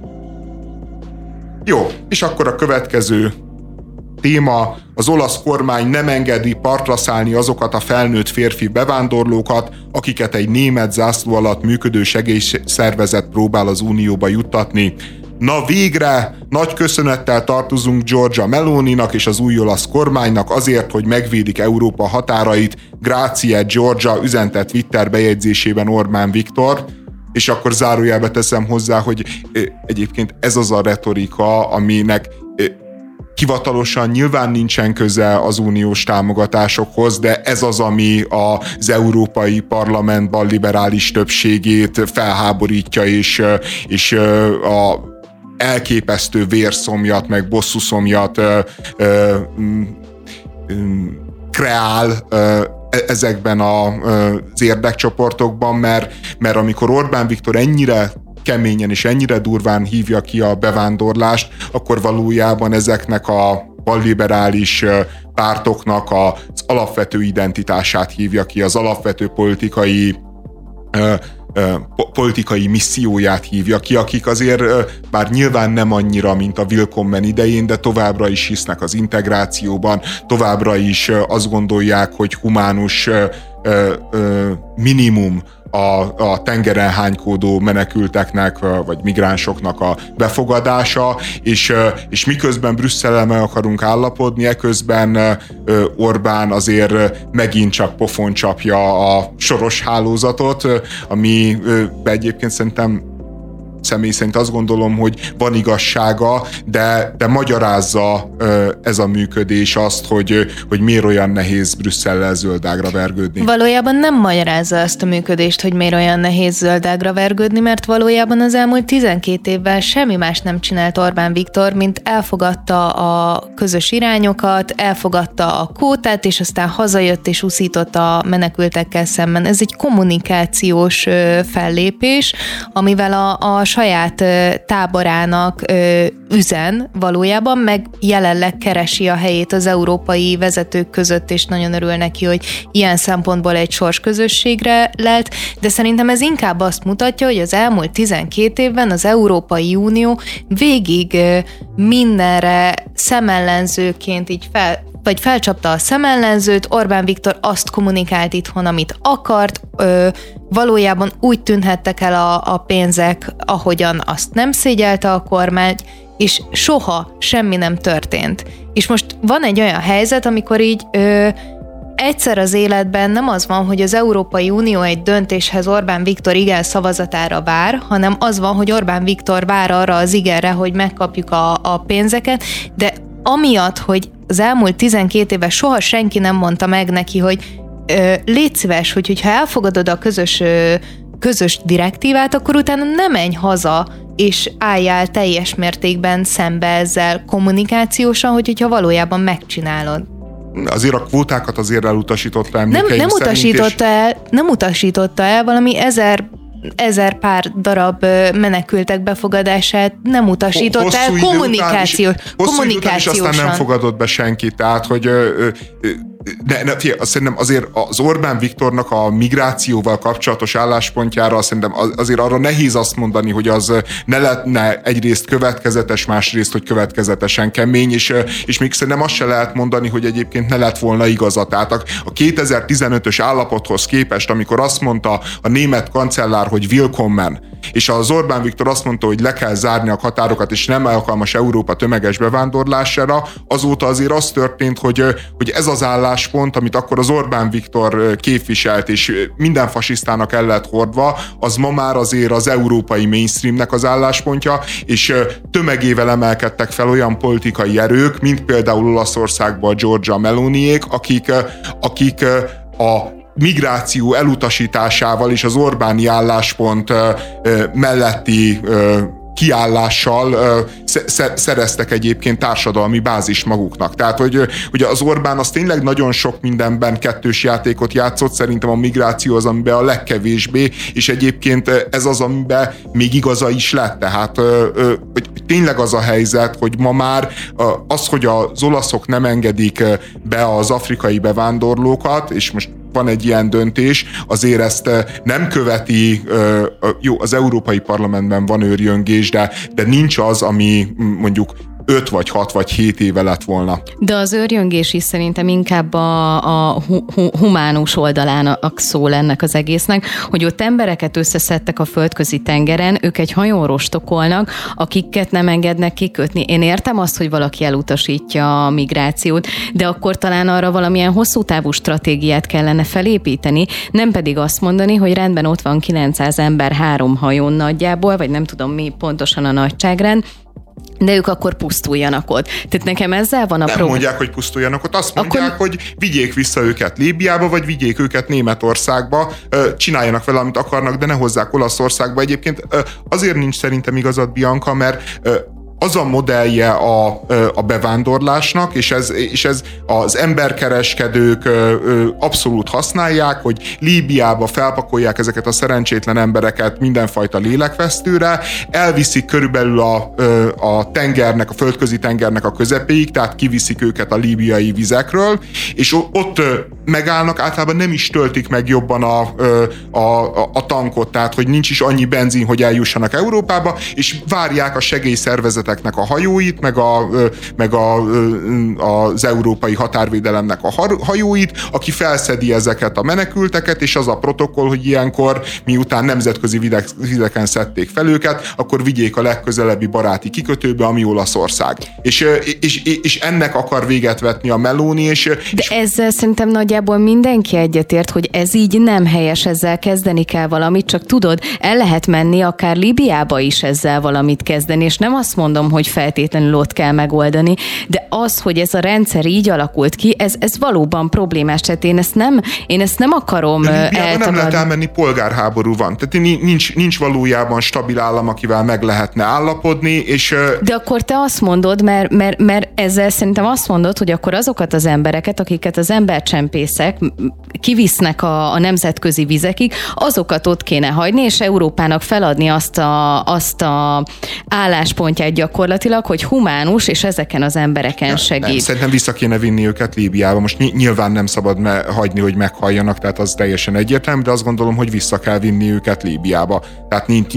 Jó, és akkor a következő téma: az olasz kormány nem engedi partra szállni azokat a felnőtt férfi bevándorlókat, akiket egy német zászló alatt működő segélyszervezet próbál az Unióba juttatni. Na végre, nagy köszönettel tartozunk Giorgia Meloninak és az új olasz kormánynak azért, hogy megvédik Európa határait. Grazie Giorgia, üzente Twitter bejegyzésében Orbán Viktor. És akkor zárójelbe teszem hozzá, hogy egyébként ez az a retorika, aminek hivatalosan nyilván nincsen köze az uniós támogatásokhoz, de ez az, ami az Európai Parlamentban liberális többségét felháborítja, és, és a elképesztő vérszomjat, meg bosszuszomjat ö, ö, ö, kreál ö, ezekben a, ö, az érdekcsoportokban, mert, mert amikor Orbán Viktor ennyire keményen és ennyire durván hívja ki a bevándorlást, akkor valójában ezeknek a balliberális pártoknak az alapvető identitását hívja ki, az alapvető politikai politikai misszióját hívja ki, akik azért bár nyilván nem annyira, mint a Willkommen idején, de továbbra is hisznek az integrációban, továbbra is azt gondolják, hogy humánus minimum a, a tengeren hánykódó menekülteknek, vagy migránsoknak a befogadása, és, és miközben Brüsszellel meg akarunk állapodni, eközben Orbán azért megint csak pofon csapja a soros hálózatot, ami egyébként szerintem személy szerint azt gondolom, hogy van igazsága, de, de magyarázza ez a működés azt, hogy, hogy miért olyan nehéz Brüsszellel zöldágra vergődni. Valójában nem magyarázza azt a működést, hogy miért olyan nehéz zöldágra vergődni, mert valójában az elmúlt tizenkét évvel semmi más nem csinált Orbán Viktor, mint elfogadta a közös irányokat, elfogadta a kvótát, és aztán hazajött és uszított a menekültekkel szemben. Ez egy kommunikációs fellépés, amivel a, a saját táborának üzen valójában, meg jelenleg keresi a helyét az európai vezetők között, és nagyon örül neki, hogy ilyen szempontból egy sorsközösségre lett, de szerintem ez inkább azt mutatja, hogy az elmúlt tizenkét évben az Európai Unió végig mindenre szemellenzőként így fel vagy felcsapta a szemellenzőt, Orbán Viktor azt kommunikált itthon, amit akart, ö, valójában úgy tűnhettek el a, a pénzek, ahogyan azt nem szégyelte a kormány, és soha semmi nem történt. És most van egy olyan helyzet, amikor így ö, egyszer az életben nem az van, hogy az Európai Unió egy döntéshez Orbán Viktor igen szavazatára vár, hanem az van, hogy Orbán Viktor vár arra az igenre, hogy megkapjuk a, a pénzeket, de amiatt, hogy az elmúlt tizenkét éve soha senki nem mondta meg neki, hogy ö, légy szíves, hogy, hogyha elfogadod a közös, ö, közös direktívát, akkor utána nem menj haza, és álljál teljes mértékben szembe ezzel kommunikációsan, hogy, hogyha valójában megcsinálod. Azért a kvótákat azért elutasította emlékeim nem, nem utasította és... el, nem utasította el, valami ezer ezer pár darab menekültek befogadását nem utasított el kommunikáció, kommunikációsan. És aztán nem fogadott be senkit, tehát hogy ö, ö, ne, ne, figyelj, szerintem azért az Orbán Viktornak a migrációval kapcsolatos álláspontjára szerintem azért arra nehéz azt mondani, hogy az ne lehetne egyrészt következetes, másrészt, hogy következetesen kemény, és, és még szerintem azt se lehet mondani, hogy egyébként ne lett volna igaza. Tehát a kétezer-tizenötös állapothoz képest, amikor azt mondta a német kancellár, hogy willkommen, és az Orbán Viktor azt mondta, hogy le kell zárni a határokat, és nem alkalmas Európa tömeges bevándorlására, azóta azért az történt, hogy, hogy ez az álláspont, amit akkor az Orbán Viktor képviselt, és minden fasisztának el lett hordva, az ma már azért az európai mainstreamnek az álláspontja, és tömegével emelkedtek fel olyan politikai erők, mint például Olaszországban a Giorgia Meloniék, akik, akik a migráció elutasításával és az Orbáni álláspont melletti kiállással szereztek egyébként társadalmi bázis maguknak. Tehát, hogy ugye az Orbán az tényleg nagyon sok mindenben kettős játékot játszott, szerintem a migráció az, amiben a legkevésbé, és egyébként ez az, amiben még igaza is lett. Tehát hogy tényleg az a helyzet, hogy ma már az, hogy az olaszok nem engedik be az afrikai bevándorlókat, és most van egy ilyen döntés, azért ezt nem követi, jó, az Európai Parlamentben van őrjöngés, de, de nincs az, ami mondjuk öt vagy hat vagy hét éve lett volna. De az őrjöngés is szerintem inkább a, a hu- humánus oldalának szól ennek az egésznek, hogy ott embereket összeszedtek a földközi tengeren, ők egy hajón rostokolnak, akiket nem engednek kikötni. Én értem azt, hogy valaki elutasítja a migrációt, de akkor talán arra valamilyen hosszú távú stratégiát kellene felépíteni, nem pedig azt mondani, hogy rendben ott van kilencszáz ember három hajón nagyjából, vagy nem tudom mi pontosan a nagyságrend, de ők akkor pusztuljanak ott. Tehát nekem ezzel van a Nem problém. mondják, hogy pusztuljanak ott, azt mondják, akkor... hogy vigyék vissza őket Líbiába, vagy vigyék őket Németországba, csináljanak vele, amit akarnak, de ne hozzák Olaszországba. Egyébként azért nincs szerintem igazad, Bianca, mert az a modellje a, a bevándorlásnak, és ez, és ez az emberkereskedők abszolút használják, hogy Líbiába felpakolják ezeket a szerencsétlen embereket mindenfajta lélekvesztőre, elviszik körülbelül a, a tengernek, a földközi tengernek a közepéig, tehát kiviszik őket a líbiai vizekről, és ott megállnak, általában nem is töltik meg jobban a, a, a tankot, tehát hogy nincs is annyi benzin, hogy eljussanak Európába, és várják a segélyszervezetek menekülteknek a hajóit, meg, a, meg a, az európai határvédelemnek a hajóit, aki felszedi ezeket a menekülteket, és az a protokoll, hogy ilyenkor, miután nemzetközi vizeken szedték fel őket, akkor vigyék a legközelebbi baráti kikötőbe, ami Olaszország. És, és, és ennek akar véget vetni a Meloni, és... De és ezzel szerintem nagyjából mindenki egyetért, hogy ez így nem helyes, ezzel kezdeni kell valamit, csak tudod, el lehet menni akár Líbiába is ezzel valamit kezdeni, és nem azt mondom, hogy feltétlenül ott kell megoldani, de az, hogy ez a rendszer így alakult ki, ez, ez valóban problémás, tehát én ezt nem, én ezt nem akarom eltagadni. Nem lehet elmenni, polgárháború van, tehát nincs, nincs valójában stabil állam, akivel meg lehetne állapodni, és... De akkor te azt mondod, mert, mert, mert ezzel szerintem azt mondod, hogy akkor azokat az embereket, akiket az embercsempészek kivisznek a, a nemzetközi vizekig, azokat ott kéne hagyni, és Európának feladni azt a, azt a álláspontját gyakorlatilag, hogy humánus, és ezeken az embereken segít. Nem, szerintem vissza kéne vinni őket Líbiába. Most nyilván nem szabad me- hagyni, hogy meghalljanak, tehát az teljesen egyértelmű, de azt gondolom, hogy vissza kell vinni őket Líbiába. Tehát nincs...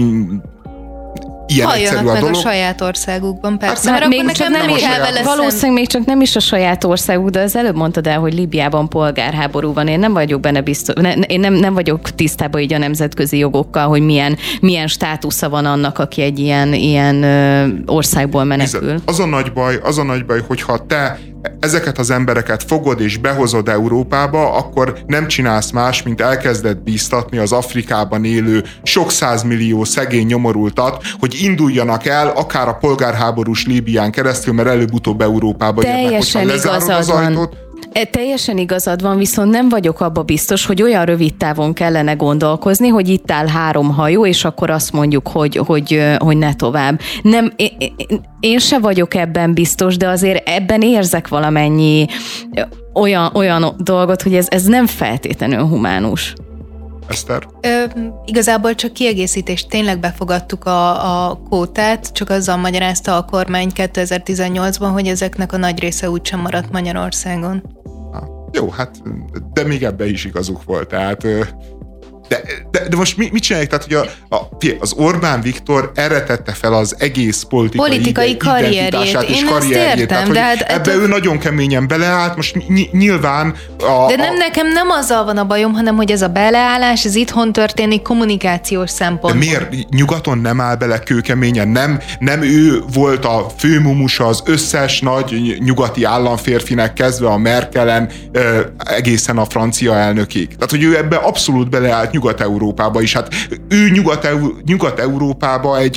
Ilyen halljanak a meg dolog. A saját országukban, persze. Hát, mert még csak nem, nem is kell vele valószínűleg még csak nem is a saját országuk, de az előbb mondtad el, hogy Líbiában polgárháború van. Én nem vagyok benne biztos, ne, én nem, nem vagyok tisztában így a nemzetközi jogokkal, hogy milyen, milyen státusza van annak, aki egy ilyen, ilyen ö, országból menekül. Az a nagy baj, az a nagy baj, hogyha te ezeket az embereket fogod és behozod Európába, akkor nem csinálsz más, mint elkezded bíztatni az Afrikában élő sok százmillió szegény nyomorultat, hogy induljanak el akár a polgárháborús Líbián keresztül, mert előbb-utóbb Európába jönnek, hogyha lezárod az ajtót. E, teljesen igazad van, viszont nem vagyok abba biztos, hogy olyan rövid távon kellene gondolkozni, hogy itt áll három hajó, és akkor azt mondjuk, hogy, hogy, hogy ne tovább. Nem, én, én se vagyok ebben biztos, de azért ebben érzek valamennyi olyan, olyan dolgot, hogy ez, ez nem feltétlenül humánus. Eszter? Ö, igazából csak kiegészítés. Tényleg befogadtuk a, a kvótát, csak azzal magyarázta a kormány kétezer-tizennyolcban, hogy ezeknek a nagy része úgysem maradt Magyarországon. Ha, jó, hát de még ebben is igazuk volt, tehát... De, de, de most mi, mit csinálják? Tehát, hogy a, a, az Orbán Viktor erre tette fel az egész politikai, politikai karrierjét. És Én karrierjét. ezt értem, Tehát, de hát... Ebbe ettől... ő nagyon keményen beleállt, most ny- nyilván... A, de nem, a... nekem nem azzal van a bajom, hanem hogy ez a beleállás, ez itthon történik kommunikációs szempontból. De miért? Nyugaton nem áll bele kőkeményen, nem, nem ő volt a főmumusa az összes nagy nyugati államférfinek, kezdve a Merkelen egészen a francia elnökig. Tehát, hogy ő ebbe abszolút beleállt Nyugat-Európába is. Hát ő Nyugat-Európába egy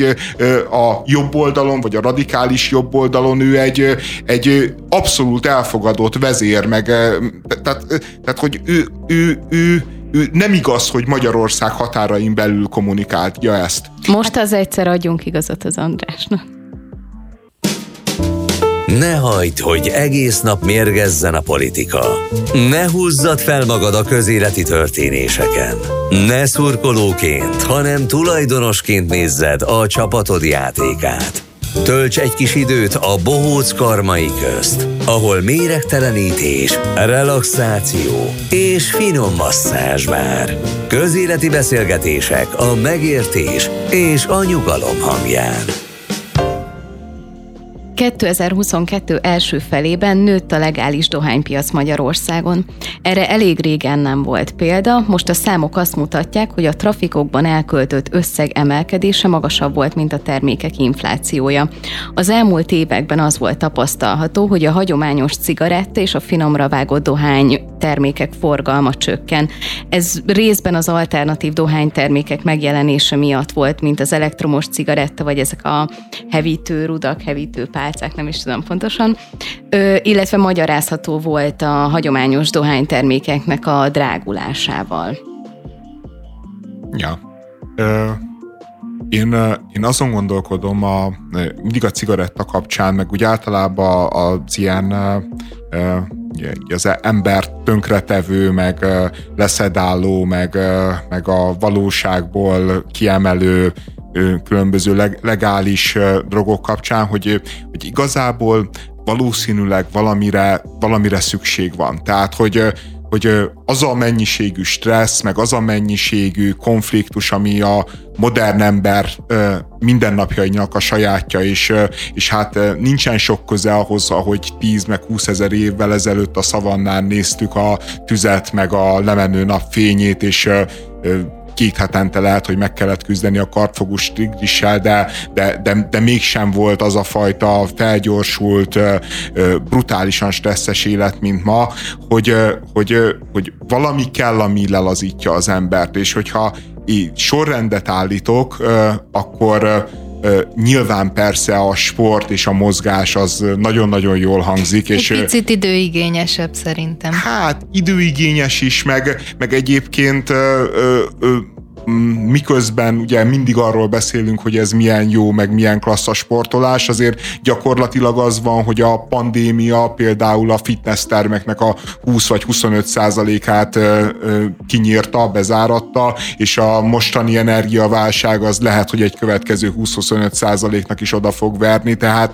a jobb oldalon, vagy a radikális jobb oldalon ő egy, egy abszolút elfogadott vezér, meg tehát, tehát hogy ő, ő, ő, ő nem igaz, hogy Magyarország határain belül kommunikálja ezt. Most az egyszer adjunk igazat az Andrásnak. Ne hagyd, hogy egész nap mérgezzen a politika. Ne húzzad fel magad a közéleti történéseken. Ne szurkolóként, hanem tulajdonosként nézzed a csapatod játékát. Tölts egy kis időt a bohóc karmai közt, ahol méregtelenítés, relaxáció és finom masszázs vár. Közéleti beszélgetések a megértés és a nyugalom hangján. kétezer-huszonkettő első felében nőtt a legális dohánypiac Magyarországon. Erre elég régen nem volt példa, most a számok azt mutatják, hogy a trafikokban elköltött összeg emelkedése magasabb volt, mint a termékek inflációja. Az elmúlt években az volt tapasztalható, hogy a hagyományos cigaretta és a finomra vágott dohány termékek forgalma csökken. Ez részben az alternatív dohánytermékek megjelenése miatt volt, mint az elektromos cigaretta, vagy ezek a hevítőrudak, hevítőpálcák, nem is tudom pontosan, Ö, illetve magyarázható volt a hagyományos dohánytermékeknek a drágulásával. Ja. Ö, én, én azon gondolkodom a, mindig a cigaretta kapcsán, meg úgy általában az ilyen ö, az embert tönkretevő, meg leszedáló, meg, meg a valóságból kiemelő különböző legális drogok kapcsán, hogy, hogy igazából valószínűleg valamire, valamire szükség van. Tehát, hogy, hogy az a mennyiségű stressz, meg az a mennyiségű konfliktus, ami a modern ember mindennapjainak a sajátja, és, és hát nincsen sok köze ahhoz, ahogy tíz meg húszezer évvel ezelőtt a szavannán néztük a tüzet, meg a lemenő napfényét, és két hetente lehet, hogy meg kellett küzdeni a kardfogós tigrissel, de, de, de, de mégsem volt az a fajta felgyorsult, brutálisan stresszes élet, mint ma, hogy, hogy, hogy valami kell, ami lelazítja az embert, és hogyha így sorrendet állítok, akkor nyilván persze a sport és a mozgás az nagyon-nagyon jól hangzik. Egy és picit időigényesebb szerintem. Hát időigényes is, meg, meg egyébként ö, ö, ö, miközben ugye mindig arról beszélünk, hogy ez milyen jó, meg milyen klassz a sportolás, azért gyakorlatilag az van, hogy a pandémia például a fitness termeknek a húsz vagy huszonöt százalékát kinyírta, bezáratta, és a mostani energiaválság az lehet, hogy egy következő húsz-huszonöt százaléknak is oda fog verni, tehát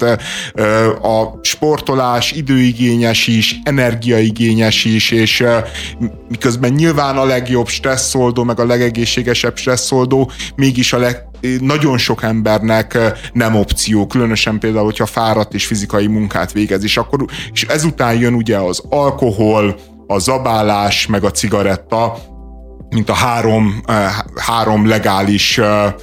a sportolás időigényes is, energiaigényes is, és miközben nyilván a legjobb stresszoldó, meg a legegészségesebb stresszoldó, mégis a leg, nagyon sok embernek nem opció, különösen például, hogyha fáradt és fizikai munkát végez, és, akkor, és ezután jön ugye az alkohol, a zabálás, meg a cigaretta, mint a három, három legális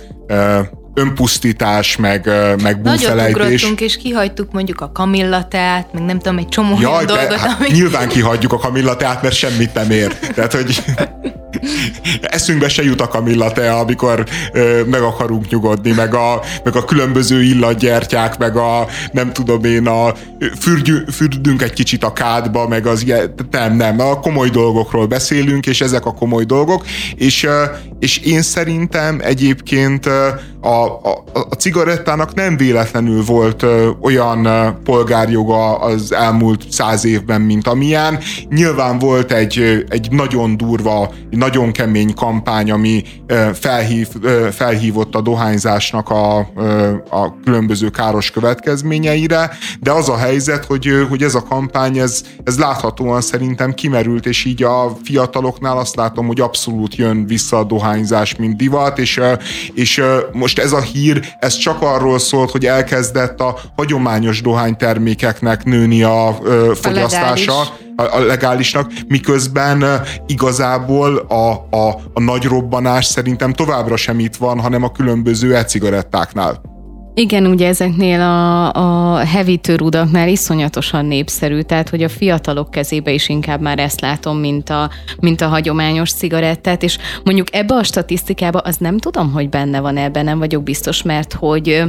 önpusztítás, meg, meg búfelejtés. Nagyot ugrottunk, és kihagytuk mondjuk a kamillateát, meg nem tudom, egy csomó Jaj, olyan dolgot, hát ami... nyilván kihagyjuk a kamillateát, mert semmit nem ér. Tehát, hogy eszünkbe se jut a kamillatea, amikor ö, meg akarunk nyugodni, meg a, meg a különböző illatgyertyák, meg a nem tudom én, a fürdjü, fürdünk egy kicsit a kádba, meg az ilyen, nem, nem, a komoly dolgokról beszélünk, és ezek a komoly dolgok, és, ö, és én szerintem egyébként ö, a, a, a cigarettának nem véletlenül volt ö, olyan ö, polgárjoga az elmúlt száz évben, mint amilyen. Nyilván volt egy, egy nagyon durva, nagyon kemény kampány, ami felhív, felhívott a dohányzásnak a, a különböző káros következményeire, de az a helyzet, hogy, hogy ez a kampány, ez, ez láthatóan szerintem kimerült, és így a fiataloknál azt látom, hogy abszolút jön vissza a dohányzás, mint divat, és, és most ez a hír, ez csak arról szólt, hogy elkezdett a hagyományos dohánytermékeknek nőni a fogyasztása, a, a legálisnak, miközben igazából a, a, a nagy robbanás szerintem továbbra sem itt van, hanem a különböző e-cigarettáknál. Igen, ugye ezeknél a, a hevítőrudaknál iszonyatosan népszerű, tehát hogy a fiatalok kezébe is inkább már ezt látom, mint a, mint a hagyományos cigarettát, és mondjuk ebbe a statisztikába az nem tudom, hogy benne van ebben, nem vagyok biztos, mert hogy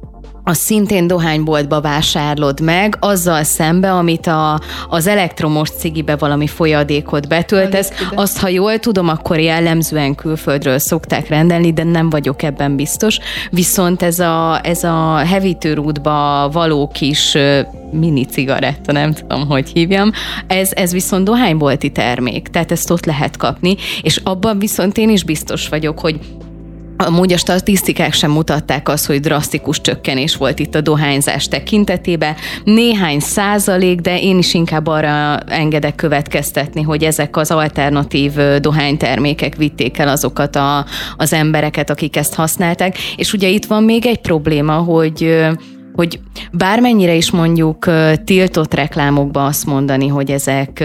a szintén dohányboltba vásárlod meg, azzal szembe, amit a, az elektromos cigibe valami folyadékot betöltesz. Azt, ha jól tudom, akkor jellemzően külföldről szokták rendelni, de nem vagyok ebben biztos. Viszont ez a, ez a hevítőrútba való kis mini cigaretta, nem tudom, hogy hívjam, ez, ez viszont dohánybolti termék, tehát ezt ott lehet kapni, és abban viszont én is biztos vagyok, hogy amúgy a statisztikák sem mutatták azt, hogy drasztikus csökkenés volt itt a dohányzás tekintetében. Néhány százalék, de én is inkább arra engedek következtetni, hogy ezek az alternatív dohánytermékek vitték el azokat a, az embereket, akik ezt használták. És ugye itt van még egy probléma, hogy hogy bármennyire is mondjuk tiltott reklámokban azt mondani, hogy ezek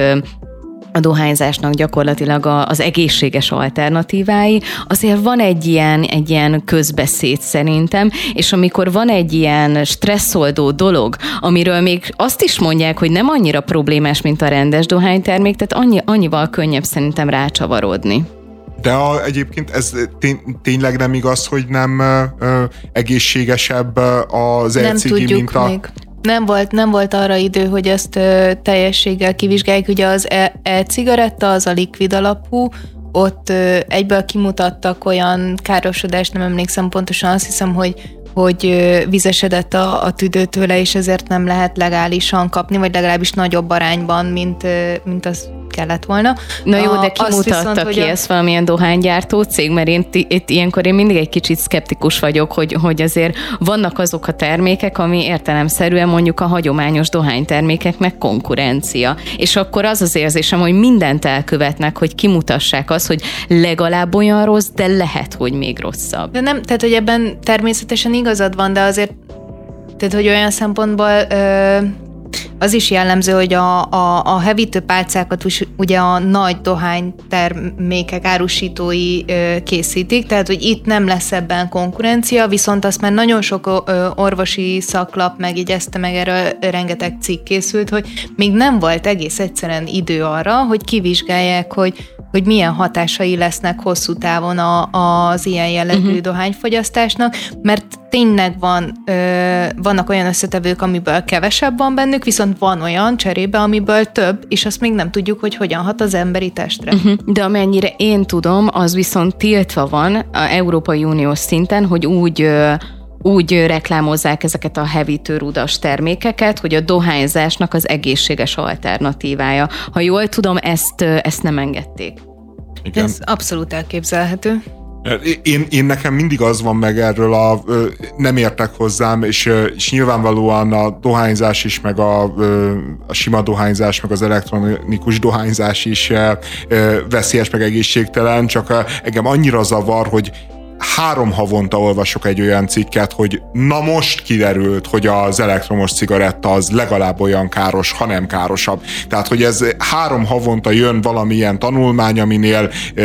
a dohányzásnak gyakorlatilag az egészséges alternatívái, azért van egy ilyen, egy ilyen közbeszéd szerintem, és amikor van egy ilyen stresszoldó dolog, amiről még azt is mondják, hogy nem annyira problémás, mint a rendes dohánytermék, tehát annyi, annyival könnyebb szerintem rácsavarodni. De a, egyébként ez tény, tényleg nem igaz, hogy nem ö, egészségesebb az e-cigi, mint a... Még. Nem volt, nem volt arra idő, hogy ezt ö, teljességgel kivizsgáljuk. Ugye az e-cigaretta, az a likvid alapú, ott ö, egyből kimutattak olyan károsodást, nem emlékszem pontosan, azt hiszem, hogy, hogy ö, vizesedett a, a tüdő tőle, és ezért nem lehet legálisan kapni, vagy legalábbis nagyobb arányban, mint, ö, mint az kellett volna. Na jó, de ki Azt mutatta viszont, ki hogy a... ezt valamilyen dohánygyártó cég? Mert én itt ilyenkor én mindig egy kicsit szkeptikus vagyok, hogy, hogy azért vannak azok a termékek, ami értelemszerűen mondjuk a hagyományos dohánytermékeknek konkurencia. És akkor az az érzésem, hogy mindent elkövetnek, hogy kimutassák azt, hogy legalább olyan rossz, de lehet, hogy még rosszabb. De nem, tehát, hogy ebben természetesen igazad van, de azért, tehát, hogy olyan szempontból ö, az is jellemző, hogy a, a, a hevítő pálcákat ugye a nagy dohánytermékek árusítói ö, készítik, tehát, hogy itt nem lesz ebben konkurencia, viszont azt már nagyon sok ö, orvosi szaklap megjegyezte, meg erről rengeteg cikk készült, hogy még nem volt egész egyszerűen idő arra, hogy kivizsgálják, hogy hogy milyen hatásai lesznek hosszú távon a, az ilyen jellegű uh-huh. dohányfogyasztásnak, mert tényleg van, ö, vannak olyan összetevők, amiből kevesebb van bennük, viszont van olyan cserébe, amiből több, és azt még nem tudjuk, hogy hogyan hat az emberi testre. Uh-huh. De amennyire én tudom, az viszont tiltva van a Európai Uniós szinten, hogy úgy... Ö, úgy reklámozzák ezeket a hevítőrudas termékeket, hogy a dohányzásnak az egészséges alternatívája. Ha jól tudom, ezt, ezt nem engedték. Igen. Ez abszolút elképzelhető. Én, én nekem mindig az van meg erről, a, nem értek hozzám, és, és nyilvánvalóan a dohányzás is, meg a, a sima dohányzás, meg az elektronikus dohányzás is veszélyes, meg egészségtelen, csak engem annyira zavar, hogy három havonta olvasok egy olyan cikket, hogy na most kiderült, hogy az elektromos cigaretta az legalább olyan káros, ha nem károsabb. Tehát, hogy ez három havonta jön valamilyen tanulmány, aminél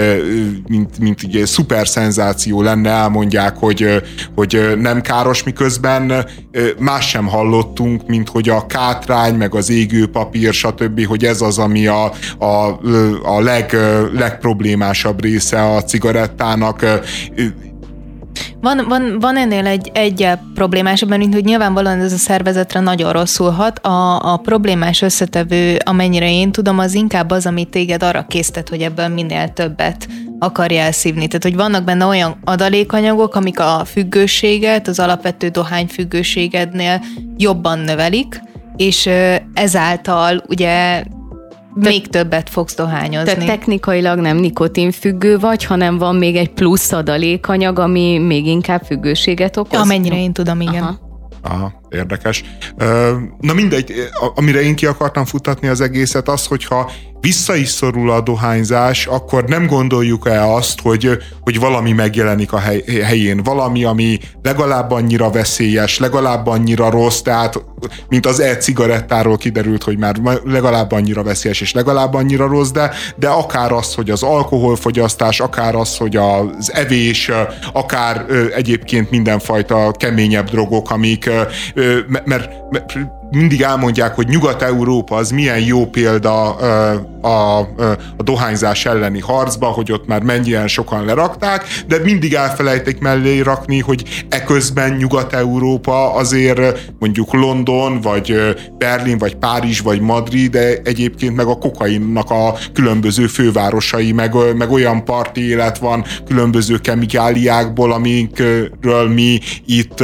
mint, mint egy szuper szenzáció lenne, elmondják, hogy, hogy nem káros, miközben más sem hallottunk, mint hogy a kátrány, meg az égőpapír, stb., hogy ez az, ami a, a, a leg, legproblémásabb része a cigarettának. Van, van, van ennél egy, egy problémásabb, mert hogy nyilvánvalóan ez a szervezetre nagyon rosszul hat. A, a problémás összetevő, amennyire én tudom, az inkább az, ami téged arra késztet, hogy ebből minél többet akarja elszívni. Tehát, hogy vannak benne olyan adalékanyagok, amik a függőséget, az alapvető dohányfüggőségednél jobban növelik, és ezáltal ugye Te, még többet fogsz dohányozni. Tehát technikailag nem nikotinfüggő vagy, hanem van még egy plusz adalékanyag, ami még inkább függőséget okoz? Amennyire én tudom, igen. Aha. Aha, érdekes. Na mindegy, amire én ki akartam futtatni az egészet, az, hogyha vissza is szorul a dohányzás, akkor nem gondoljuk-e azt, hogy, hogy valami megjelenik a hely, helyén, valami, ami legalább annyira veszélyes, legalább annyira rossz, tehát mint az e-cigarettáról kiderült, hogy már legalább annyira veszélyes és legalább annyira rossz, de, de akár az, hogy az alkoholfogyasztás, akár az, hogy az evés, akár egyébként mindenfajta keményebb drogok, amik, mert, mert mindig elmondják, hogy Nyugat-Európa az milyen jó példa a, a, a dohányzás elleni harcba, hogy ott már mennyien sokan lerakták, de mindig elfelejtik mellé rakni, hogy eközben Nyugat-Európa azért mondjuk London, vagy Berlin, vagy Párizs, vagy Madrid, de egyébként meg a kokainnak a különböző fővárosai, meg, meg olyan parti élet van különböző kemikáliákból, amikről mi itt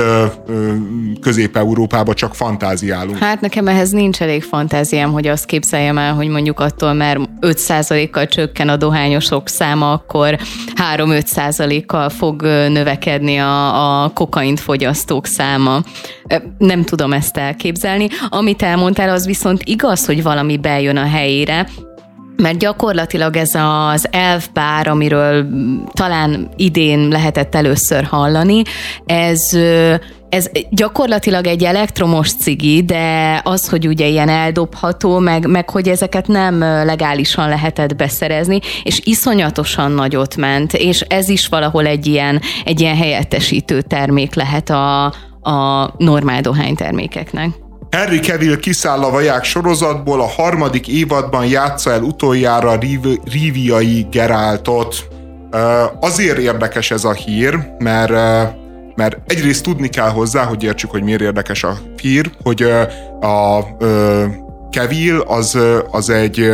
Közép-Európában csak fantáziálunk. Hát nekem ehhez nincs elég fantáziám, hogy azt képzeljem el, hogy mondjuk attól már öt százalékkal csökken a dohányosok száma, akkor három-öt százalékkal fog növekedni a, a kokaint fogyasztók száma. Nem tudom ezt elképzelni. Amit elmondtál, az viszont igaz, hogy valami bejön a helyére, mert gyakorlatilag ez az elfbár, amiről talán idén lehetett először hallani, ez... Ez gyakorlatilag egy elektromos cigi, de az, hogy ugye ilyen eldobható, meg, meg hogy ezeket nem legálisan lehetett beszerezni, és iszonyatosan nagyot ment, és ez is valahol egy ilyen, egy ilyen helyettesítő termék lehet a, a normál dohánytermékeknek. Henry Cavill kiszáll a Vaják sorozatból, a harmadik évadban játsza el utoljára Riviai Geraltot. Azért érdekes ez a hír, mert mert egyrészt tudni kell hozzá, hogy értsük, hogy miért érdekes a hír, hogy a, a Cavill az, az egy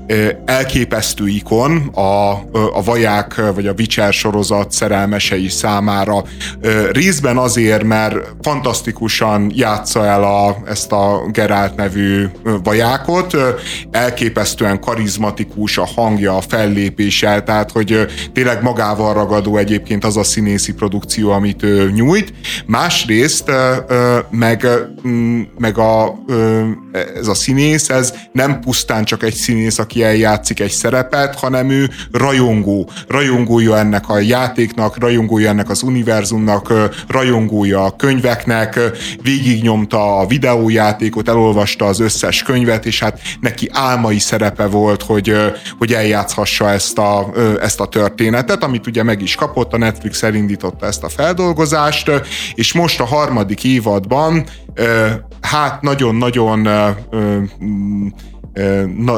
elképesztő ikon a, a Vaják vagy a Witcher sorozat szerelmesei számára. Részben azért, mert fantasztikusan játsza el a, ezt a Geralt nevű vajákot, elképesztően karizmatikus a hangja, a fellépése, tehát hogy tényleg magával ragadó egyébként az a színészi produkció, amit ő nyújt. Másrészt meg, meg a, ez a színész, ez nem pusztán csak egy színész, aki eljátszik egy szerepet, hanem ő rajongó. Rajongója ennek a játéknak, rajongója ennek az univerzumnak, rajongója a könyveknek, végignyomta a videójátékot, elolvasta az összes könyvet, és hát neki álmai szerepe volt, hogy, hogy eljátszhassa ezt a, ezt a történetet, amit ugye meg is kapott, a Netflix elindította ezt a feldolgozást, és most a harmadik évadban hát nagyon-nagyon na,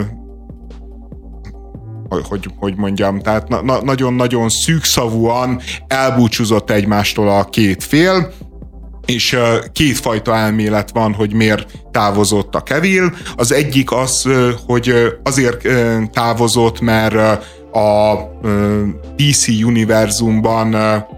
hogy, hogy mondjam, tehát na, na, nagyon-nagyon szűkszavúan elbúcsúzott egymástól a két fél, és kétfajta elmélet van, hogy miért távozott a Cavill. Az egyik az, hogy azért távozott, mert a dé cé univerzumban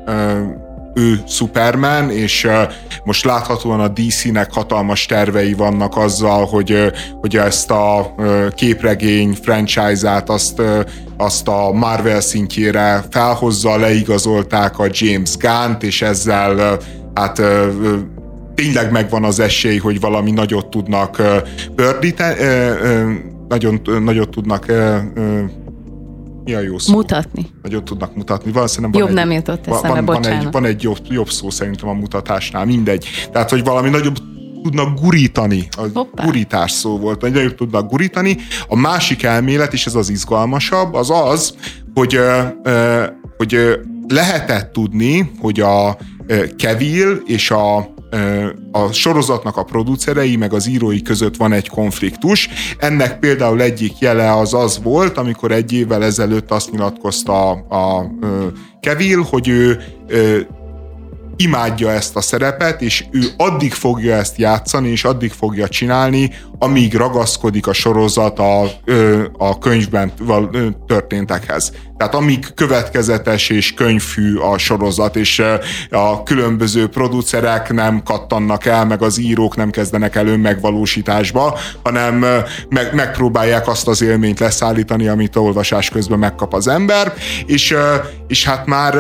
ő Superman, és most láthatóan a dé cének hatalmas tervei vannak azzal, hogy, hogy ezt a képregény franchise-át azt, azt a Marvel szintjére felhozza, leigazolták a James Gunn-t, és ezzel hát tényleg megvan az esély, hogy valami nagyot tudnak pördíteni, nagyon nagyot tudnak mi a jó szó? Mutatni. Nagyot tudnak mutatni. Valószínűleg jobb van nem egy, jutott eszembe, van, bocsánat. Van egy, van egy jobb, jobb szó szerintem a mutatásnál, mindegy. Tehát, hogy valami nagyobb tudnak gurítani. A Hoppá. Gurítás szó volt, hogy nagyobb tudnak gurítani. A másik elmélet, és ez az izgalmasabb, az az, hogy, hogy lehetett tudni, hogy a Cavill és a a sorozatnak a producerei meg az írói között van egy konfliktus. Ennek például egyik jele az az volt, amikor egy évvel ezelőtt azt nyilatkozta a, a Cavill, hogy ő imádja ezt a szerepet, és ő addig fogja ezt játszani, és addig fogja csinálni, amíg ragaszkodik a sorozat a, a könyvben történtekhez. Tehát amíg következetes és könyvfű a sorozat, és a különböző producerek nem kattannak el, meg az írók nem kezdenek el önmegvalósításba, hanem meg, megpróbálják azt az élményt leszállítani, amit a olvasás közben megkap az ember, és, és hát már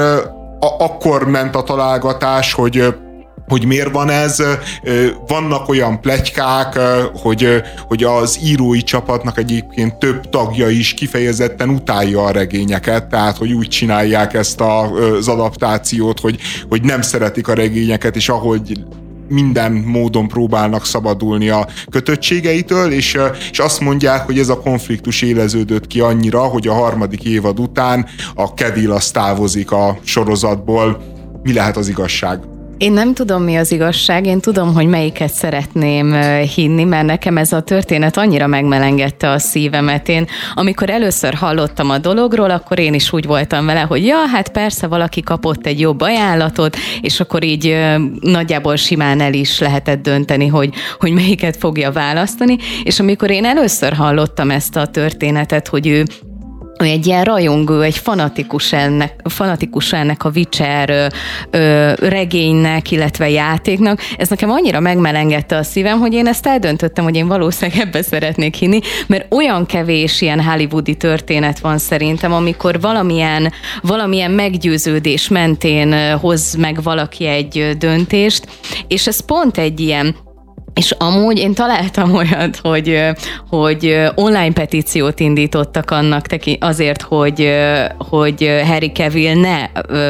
akkor ment a találgatás, hogy hogy miért van ez, vannak olyan pletykák, hogy, hogy az írói csapatnak egyébként több tagja is kifejezetten utálja a regényeket, tehát hogy úgy csinálják ezt az adaptációt, hogy, hogy nem szeretik a regényeket, és ahogy minden módon próbálnak szabadulni a kötöttségeitől, és, és azt mondják, hogy ez a konfliktus éleződött ki annyira, hogy a harmadik évad után a Cavill az távozik a sorozatból. Mi lehet az igazság? Én nem tudom, mi az igazság, én tudom, hogy melyiket szeretném hinni, mert nekem ez a történet annyira megmelengette a szívemet. Én, amikor először hallottam a dologról, akkor én is úgy voltam vele, hogy ja, hát persze valaki kapott egy jobb ajánlatot, és akkor így nagyjából simán el is lehetett dönteni, hogy, hogy melyiket fogja választani. És amikor én először hallottam ezt a történetet, hogy ő ő egy ilyen rajongó, egy fanatikus ennek, fanatikus ennek a Witcher ö, ö, regénynek, illetve játéknak. Ez nekem annyira megmelengette a szívem, hogy én ezt eldöntöttem, hogy én valószínűleg ebbe szeretnék hinni, mert olyan kevés ilyen hollywoodi történet van szerintem, amikor valamilyen, valamilyen meggyőződés mentén hoz meg valaki egy döntést, és ez pont egy ilyen. És amúgy én találtam olyat, hogy, hogy online petíciót indítottak annak azért, hogy, hogy Henry Cavill ne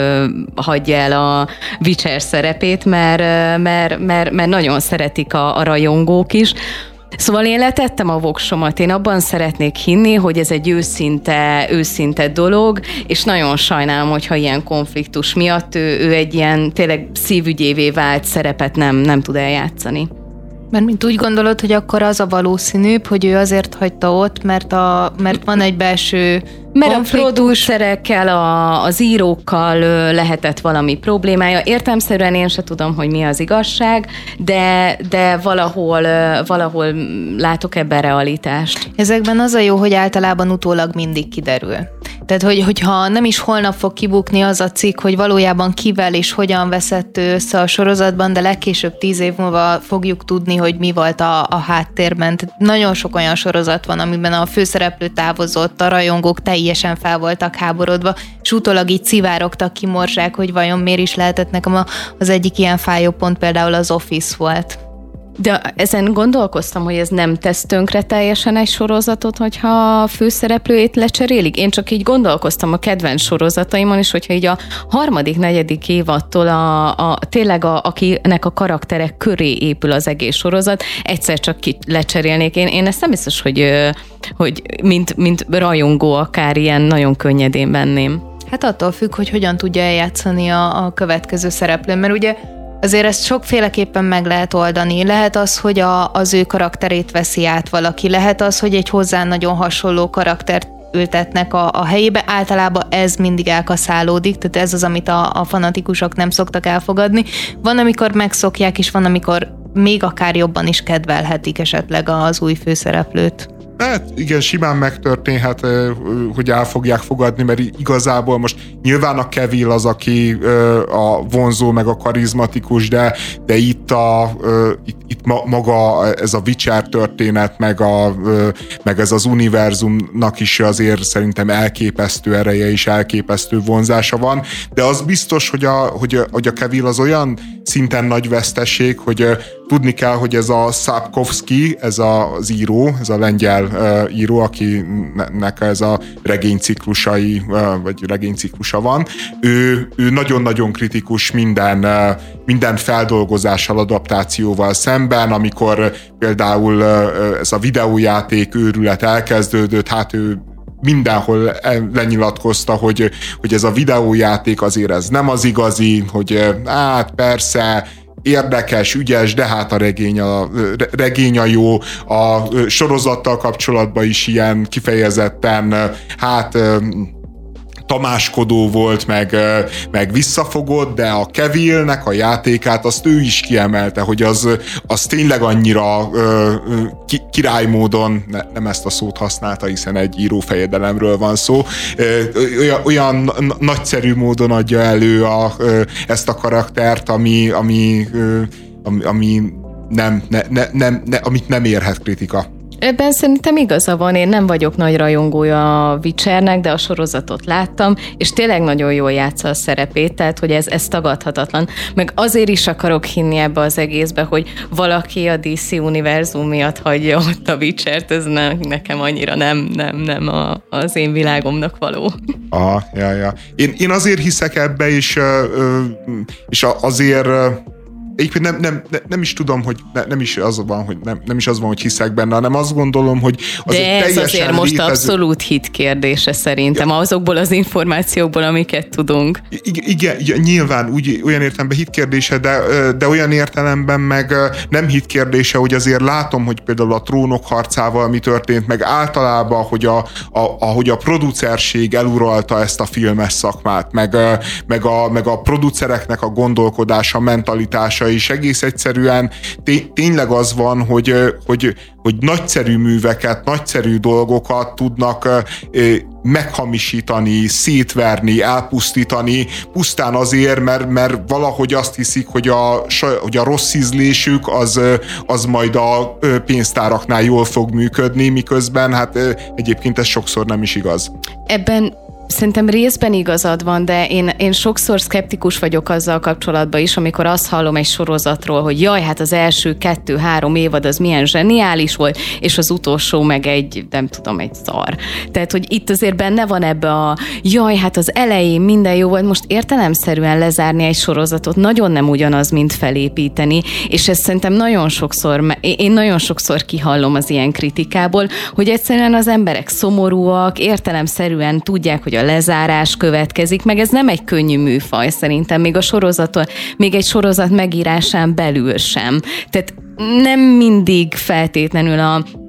hagyja el a Witcher szerepét, mert, mert, mert, mert nagyon szeretik a, a rajongók is. Szóval én letettem a voksomat, én abban szeretnék hinni, hogy ez egy őszinte, őszinte dolog, és nagyon sajnálom, hogyha ilyen konfliktus miatt ő, ő egy ilyen tényleg szívügyévé vált szerepet nem, nem tud eljátszani. Mert mint úgy gondolod, hogy akkor az a valószínűbb, hogy ő azért hagyta ott, mert, a, mert van egy belső Mert konfliktus. A producerekkel, a, az írókkal lehetett valami problémája. Értelemszerűen én se tudom, hogy mi az igazság, de, de valahol, valahol látok ebben realitást. Ezekben az a jó, hogy általában utólag mindig kiderül. Tehát, hogy, hogyha nem is holnap fog kibukni az a cikk, hogy valójában kivel és hogyan veszett össze a sorozatban, de legkésőbb tíz év múlva fogjuk tudni, hogy mi volt a, a háttérben. Tehát nagyon sok olyan sorozat van, amiben a főszereplő távozott, a rajongók teljesen fel voltak háborodva, és utólag így szivárogtak ki morzsák, hogy vajon miért is lehetett. Nekem az egyik ilyen fájó pont például az Office volt. De ezen gondolkoztam, hogy ez nem tesz tönkre teljesen egy sorozatot, hogyha a főszereplőjét lecserélik. Én csak így gondolkoztam a kedvenc sorozataimon is, hogyha így a harmadik, negyedik évattól a, a, tényleg a, akinek a karakterek köré épül az egész sorozat, egyszer csak ki lecserélnék. Én, én ezt nem biztos, hogy, hogy mint, mint rajongó akár ilyen nagyon könnyedén venném. Hát attól függ, hogy hogyan tudja eljátszani a, a következő szereplő, mert ugye azért ezt sokféleképpen meg lehet oldani. Lehet az, hogy a, az ő karakterét veszi át valaki. Lehet az, hogy egy hozzá nagyon hasonló karaktert ültetnek a, a helyébe. Általában ez mindig elkaszálódik, tehát ez az, amit a, a fanatikusok nem szoktak elfogadni. Van, amikor megszokják, és van, amikor még akár jobban is kedvelhetik esetleg az új főszereplőt. Hát igen, simán megtörténhet, hogy el fogják fogadni, mert igazából most nyilván a Cavill az, aki a vonzó, meg a karizmatikus, de, de itt, a, itt, itt maga ez a Witcher történet, meg, a, meg ez az univerzumnak is azért szerintem elképesztő ereje és elképesztő vonzása van, de az biztos, hogy a, hogy a, hogy a Cavill az olyan szinten nagy veszteség, hogy tudni kell, hogy ez a Sapkowski, ez a, az író, ez a lengyel uh, író, akinek ez a regényciklusai, uh, vagy regényciklusa van, ő, ő nagyon-nagyon kritikus minden, uh, minden feldolgozással, adaptációval szemben, amikor például uh, ez a videójáték őrület elkezdődött, hát ő mindenhol lenyilatkozta, hogy, hogy ez a videójáték azért ez nem az igazi, hogy hát persze, érdekes, ügyes, de hát a regény a, regény a jó, a sorozattal kapcsolatban is ilyen kifejezetten, hát tamáskodó volt, meg, meg visszafogott, de a Cavillnek a játékát azt ő is kiemelte, hogy az, az tényleg annyira ki, király módon, ne, nem ezt a szót használta, hiszen egy írófejedelemről van szó, olyan, olyan nagyszerű módon adja elő a, ezt a karaktert, ami, ami, ami, ami nem, ne, ne, nem, ne, amit nem érhet kritika. Ebben szerintem igaza van, én nem vagyok nagy rajongója a Witchernek, de a sorozatot láttam, és tényleg nagyon jól játsza a szerepét, tehát hogy ez, ez tagadhatatlan. Meg azért is akarok hinni ebbe az egészbe, hogy valaki a dé cé univerzum miatt hagyja ott a Witchert, ez ne, nekem annyira nem, nem, nem a, az én világomnak való. Aha, ja, ja. Én, én azért hiszek ebbe, és, és azért... Egyébként nem, nem, nem is tudom, hogy ne, nem is az van, hogy nem, nem is az van, hogy hiszek benne, hanem azt gondolom, hogy az de ez azért most létező... abszolút hit kérdése szerintem, ja. Azokból az információkból, amiket tudunk. Igen, igen, nyilván úgy, olyan értelemben hit kérdése, de, de olyan értelemben meg nem hit kérdése, hogy azért látom, hogy például a Trónok harcával mi történt, meg általában, hogy a, a, ahogy a producerség eluralta ezt a filmes szakmát, meg, meg, a, meg a producereknek a gondolkodása, mentalitása is egész egyszerűen té- tényleg az van, hogy, hogy, hogy nagyszerű műveket, nagyszerű dolgokat tudnak meghamisítani, szétverni, elpusztítani, pusztán azért, mert, mert valahogy azt hiszik, hogy a, hogy a rossz ízlésük az, az majd a pénztáraknál jól fog működni, miközben hát egyébként ez sokszor nem is igaz. Ebben szerintem részben igazad van, de én, én sokszor szkeptikus vagyok azzal kapcsolatban is, amikor azt hallom egy sorozatról, hogy jaj, hát az első kettő-három évad az milyen zseniális volt, és az utolsó meg egy, nem tudom, egy szar. Tehát, hogy itt azért benne van ebbe a jaj, hát az elején minden jó volt, most értelemszerűen lezárni egy sorozatot nagyon nem ugyanaz, mint felépíteni, és ezt szerintem nagyon sokszor, én nagyon sokszor kihallom az ilyen kritikából, hogy egyszerűen az emberek szomorúak, értelemszerűen tudják, hogy a lezárás következik, meg ez nem egy könnyű műfaj szerintem, még a sorozaton, még egy sorozat megírásán belül sem. Tehát nem mindig feltétlenül a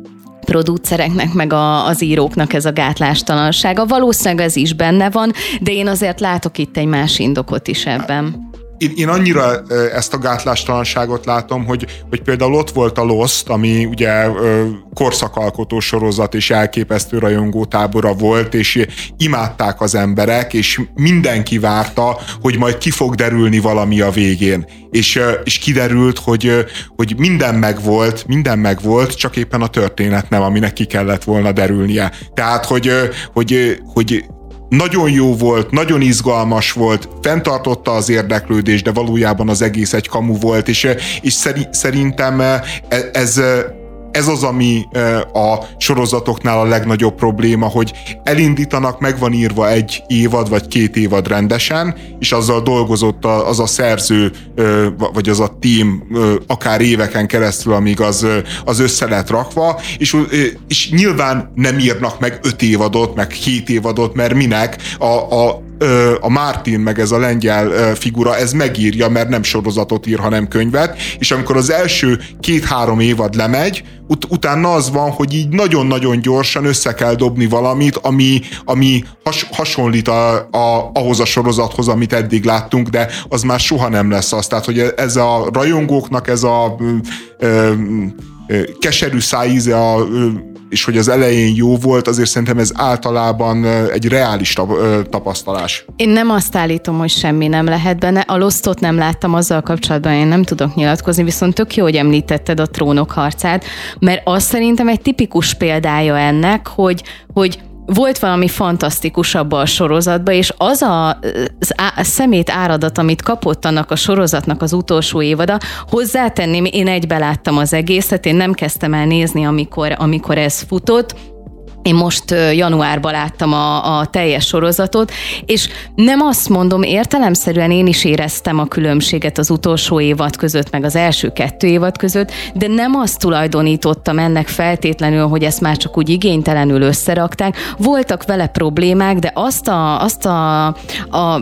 producereknek, meg a, az íróknak ez a gátlástalansága. Valószínűleg ez is benne van, de én azért látok itt egy más indokot is ebben. Én, én annyira ezt a gátlástalanságot látom, hogy, hogy például ott volt a Lost, ami ugye korszakalkotó sorozat és elképesztő rajongótábora volt, és imádták az emberek, és mindenki várta, hogy majd ki fog derülni valami a végén. És, és kiderült, hogy, hogy minden megvolt, minden megvolt, csak éppen a történet nem, aminek ki kellett volna derülnie. Tehát, hogy, hogy, hogy nagyon jó volt, nagyon izgalmas volt, fenntartotta az érdeklődést, de valójában az egész egy kamu volt, és, és szerintem ez, ez az, ami a sorozatoknál a legnagyobb probléma, hogy elindítanak, meg van írva egy évad, vagy két évad rendesen, és azzal dolgozott az a szerző, vagy az a tím akár éveken keresztül, amíg az, az össze lett rakva, és, és nyilván nem írnak meg öt évadot, meg hét évadot, mert minek a, a a Martin, meg ez a lengyel figura, ez megírja, mert nem sorozatot ír, hanem könyvet, és amikor az első két-három évad lemegy, ut- utána az van, hogy így nagyon-nagyon gyorsan össze kell dobni valamit, ami, ami has- hasonlít a, a, ahhoz a sorozathoz, amit eddig láttunk, de az már soha nem lesz az. Tehát, hogy ez a rajongóknak ez a ö, ö, ö, keserű szájíze a ö, és hogy az elején jó volt, azért szerintem ez általában egy reális tapasztalás. Én nem azt állítom, hogy semmi nem lehet benne. A Lostot nem láttam, azzal kapcsolatban én nem tudok nyilatkozni, viszont tök jó, hogy említetted a Trónok harcát, mert az szerintem egy tipikus példája ennek, hogy, hogy volt valami fantasztikus abban a sorozatban, és az a, a szemét áradat, amit kapott annak a sorozatnak az utolsó évada, hozzátenném, én egybe láttam az egészet, én nem kezdtem el nézni, amikor, amikor ez futott. Én most januárban láttam a, a teljes sorozatot, és nem azt mondom, értelemszerűen én is éreztem a különbséget az utolsó évad között, meg az első kettő évad között, de nem azt tulajdonítottam ennek feltétlenül, hogy ezt már csak úgy igénytelenül összerakták. Voltak vele problémák, de azt a... Azt a, a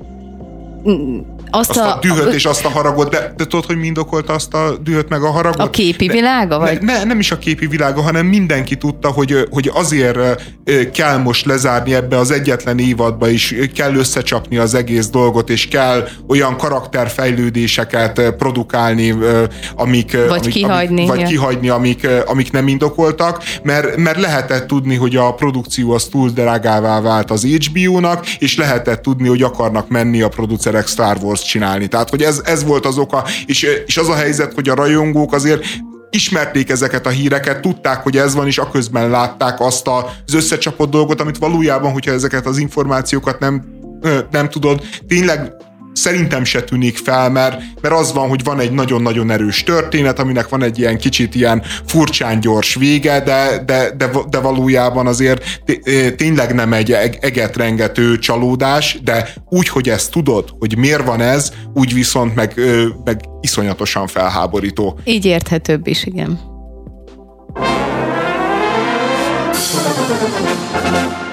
Azt, azt a, a dühöt a, és azt a haragot, de, de tudod, hogy mi indokolta azt a dühöt meg a haragot? A képi világa? Ne, vagy? Ne, nem is a képi világa, hanem mindenki tudta, hogy, hogy azért kell most lezárni ebbe az egyetlen évadba, és kell összecsapni az egész dolgot, és kell olyan karakterfejlődéseket produkálni, amik, vagy amik, kihagyni, amik, vagy ja. kihagyni amik, amik nem indokoltak, mert, mert lehetett tudni, hogy a produkció az túl drágává vált az há bé ó-nak, és lehetett tudni, hogy akarnak menni a producerek Star Wars csinálni. Tehát, hogy ez, ez volt az oka, és, és az a helyzet, hogy a rajongók azért ismerték ezeket a híreket, tudták, hogy ez van, és aközben látták azt az összecsapott dolgot, amit valójában, hogyha ezeket az információkat nem, nem tudod, tényleg szerintem se tűnik fel, mert, mert az van, hogy van egy nagyon-nagyon erős történet, aminek van egy ilyen kicsit ilyen furcsán gyors vége, de, de, de, de valójában azért tényleg nem egy egetrengető csalódás, de úgy, hogy ezt tudod, hogy miért van ez, úgy viszont meg, meg iszonyatosan felháborító. Így érthetőbb is, igen.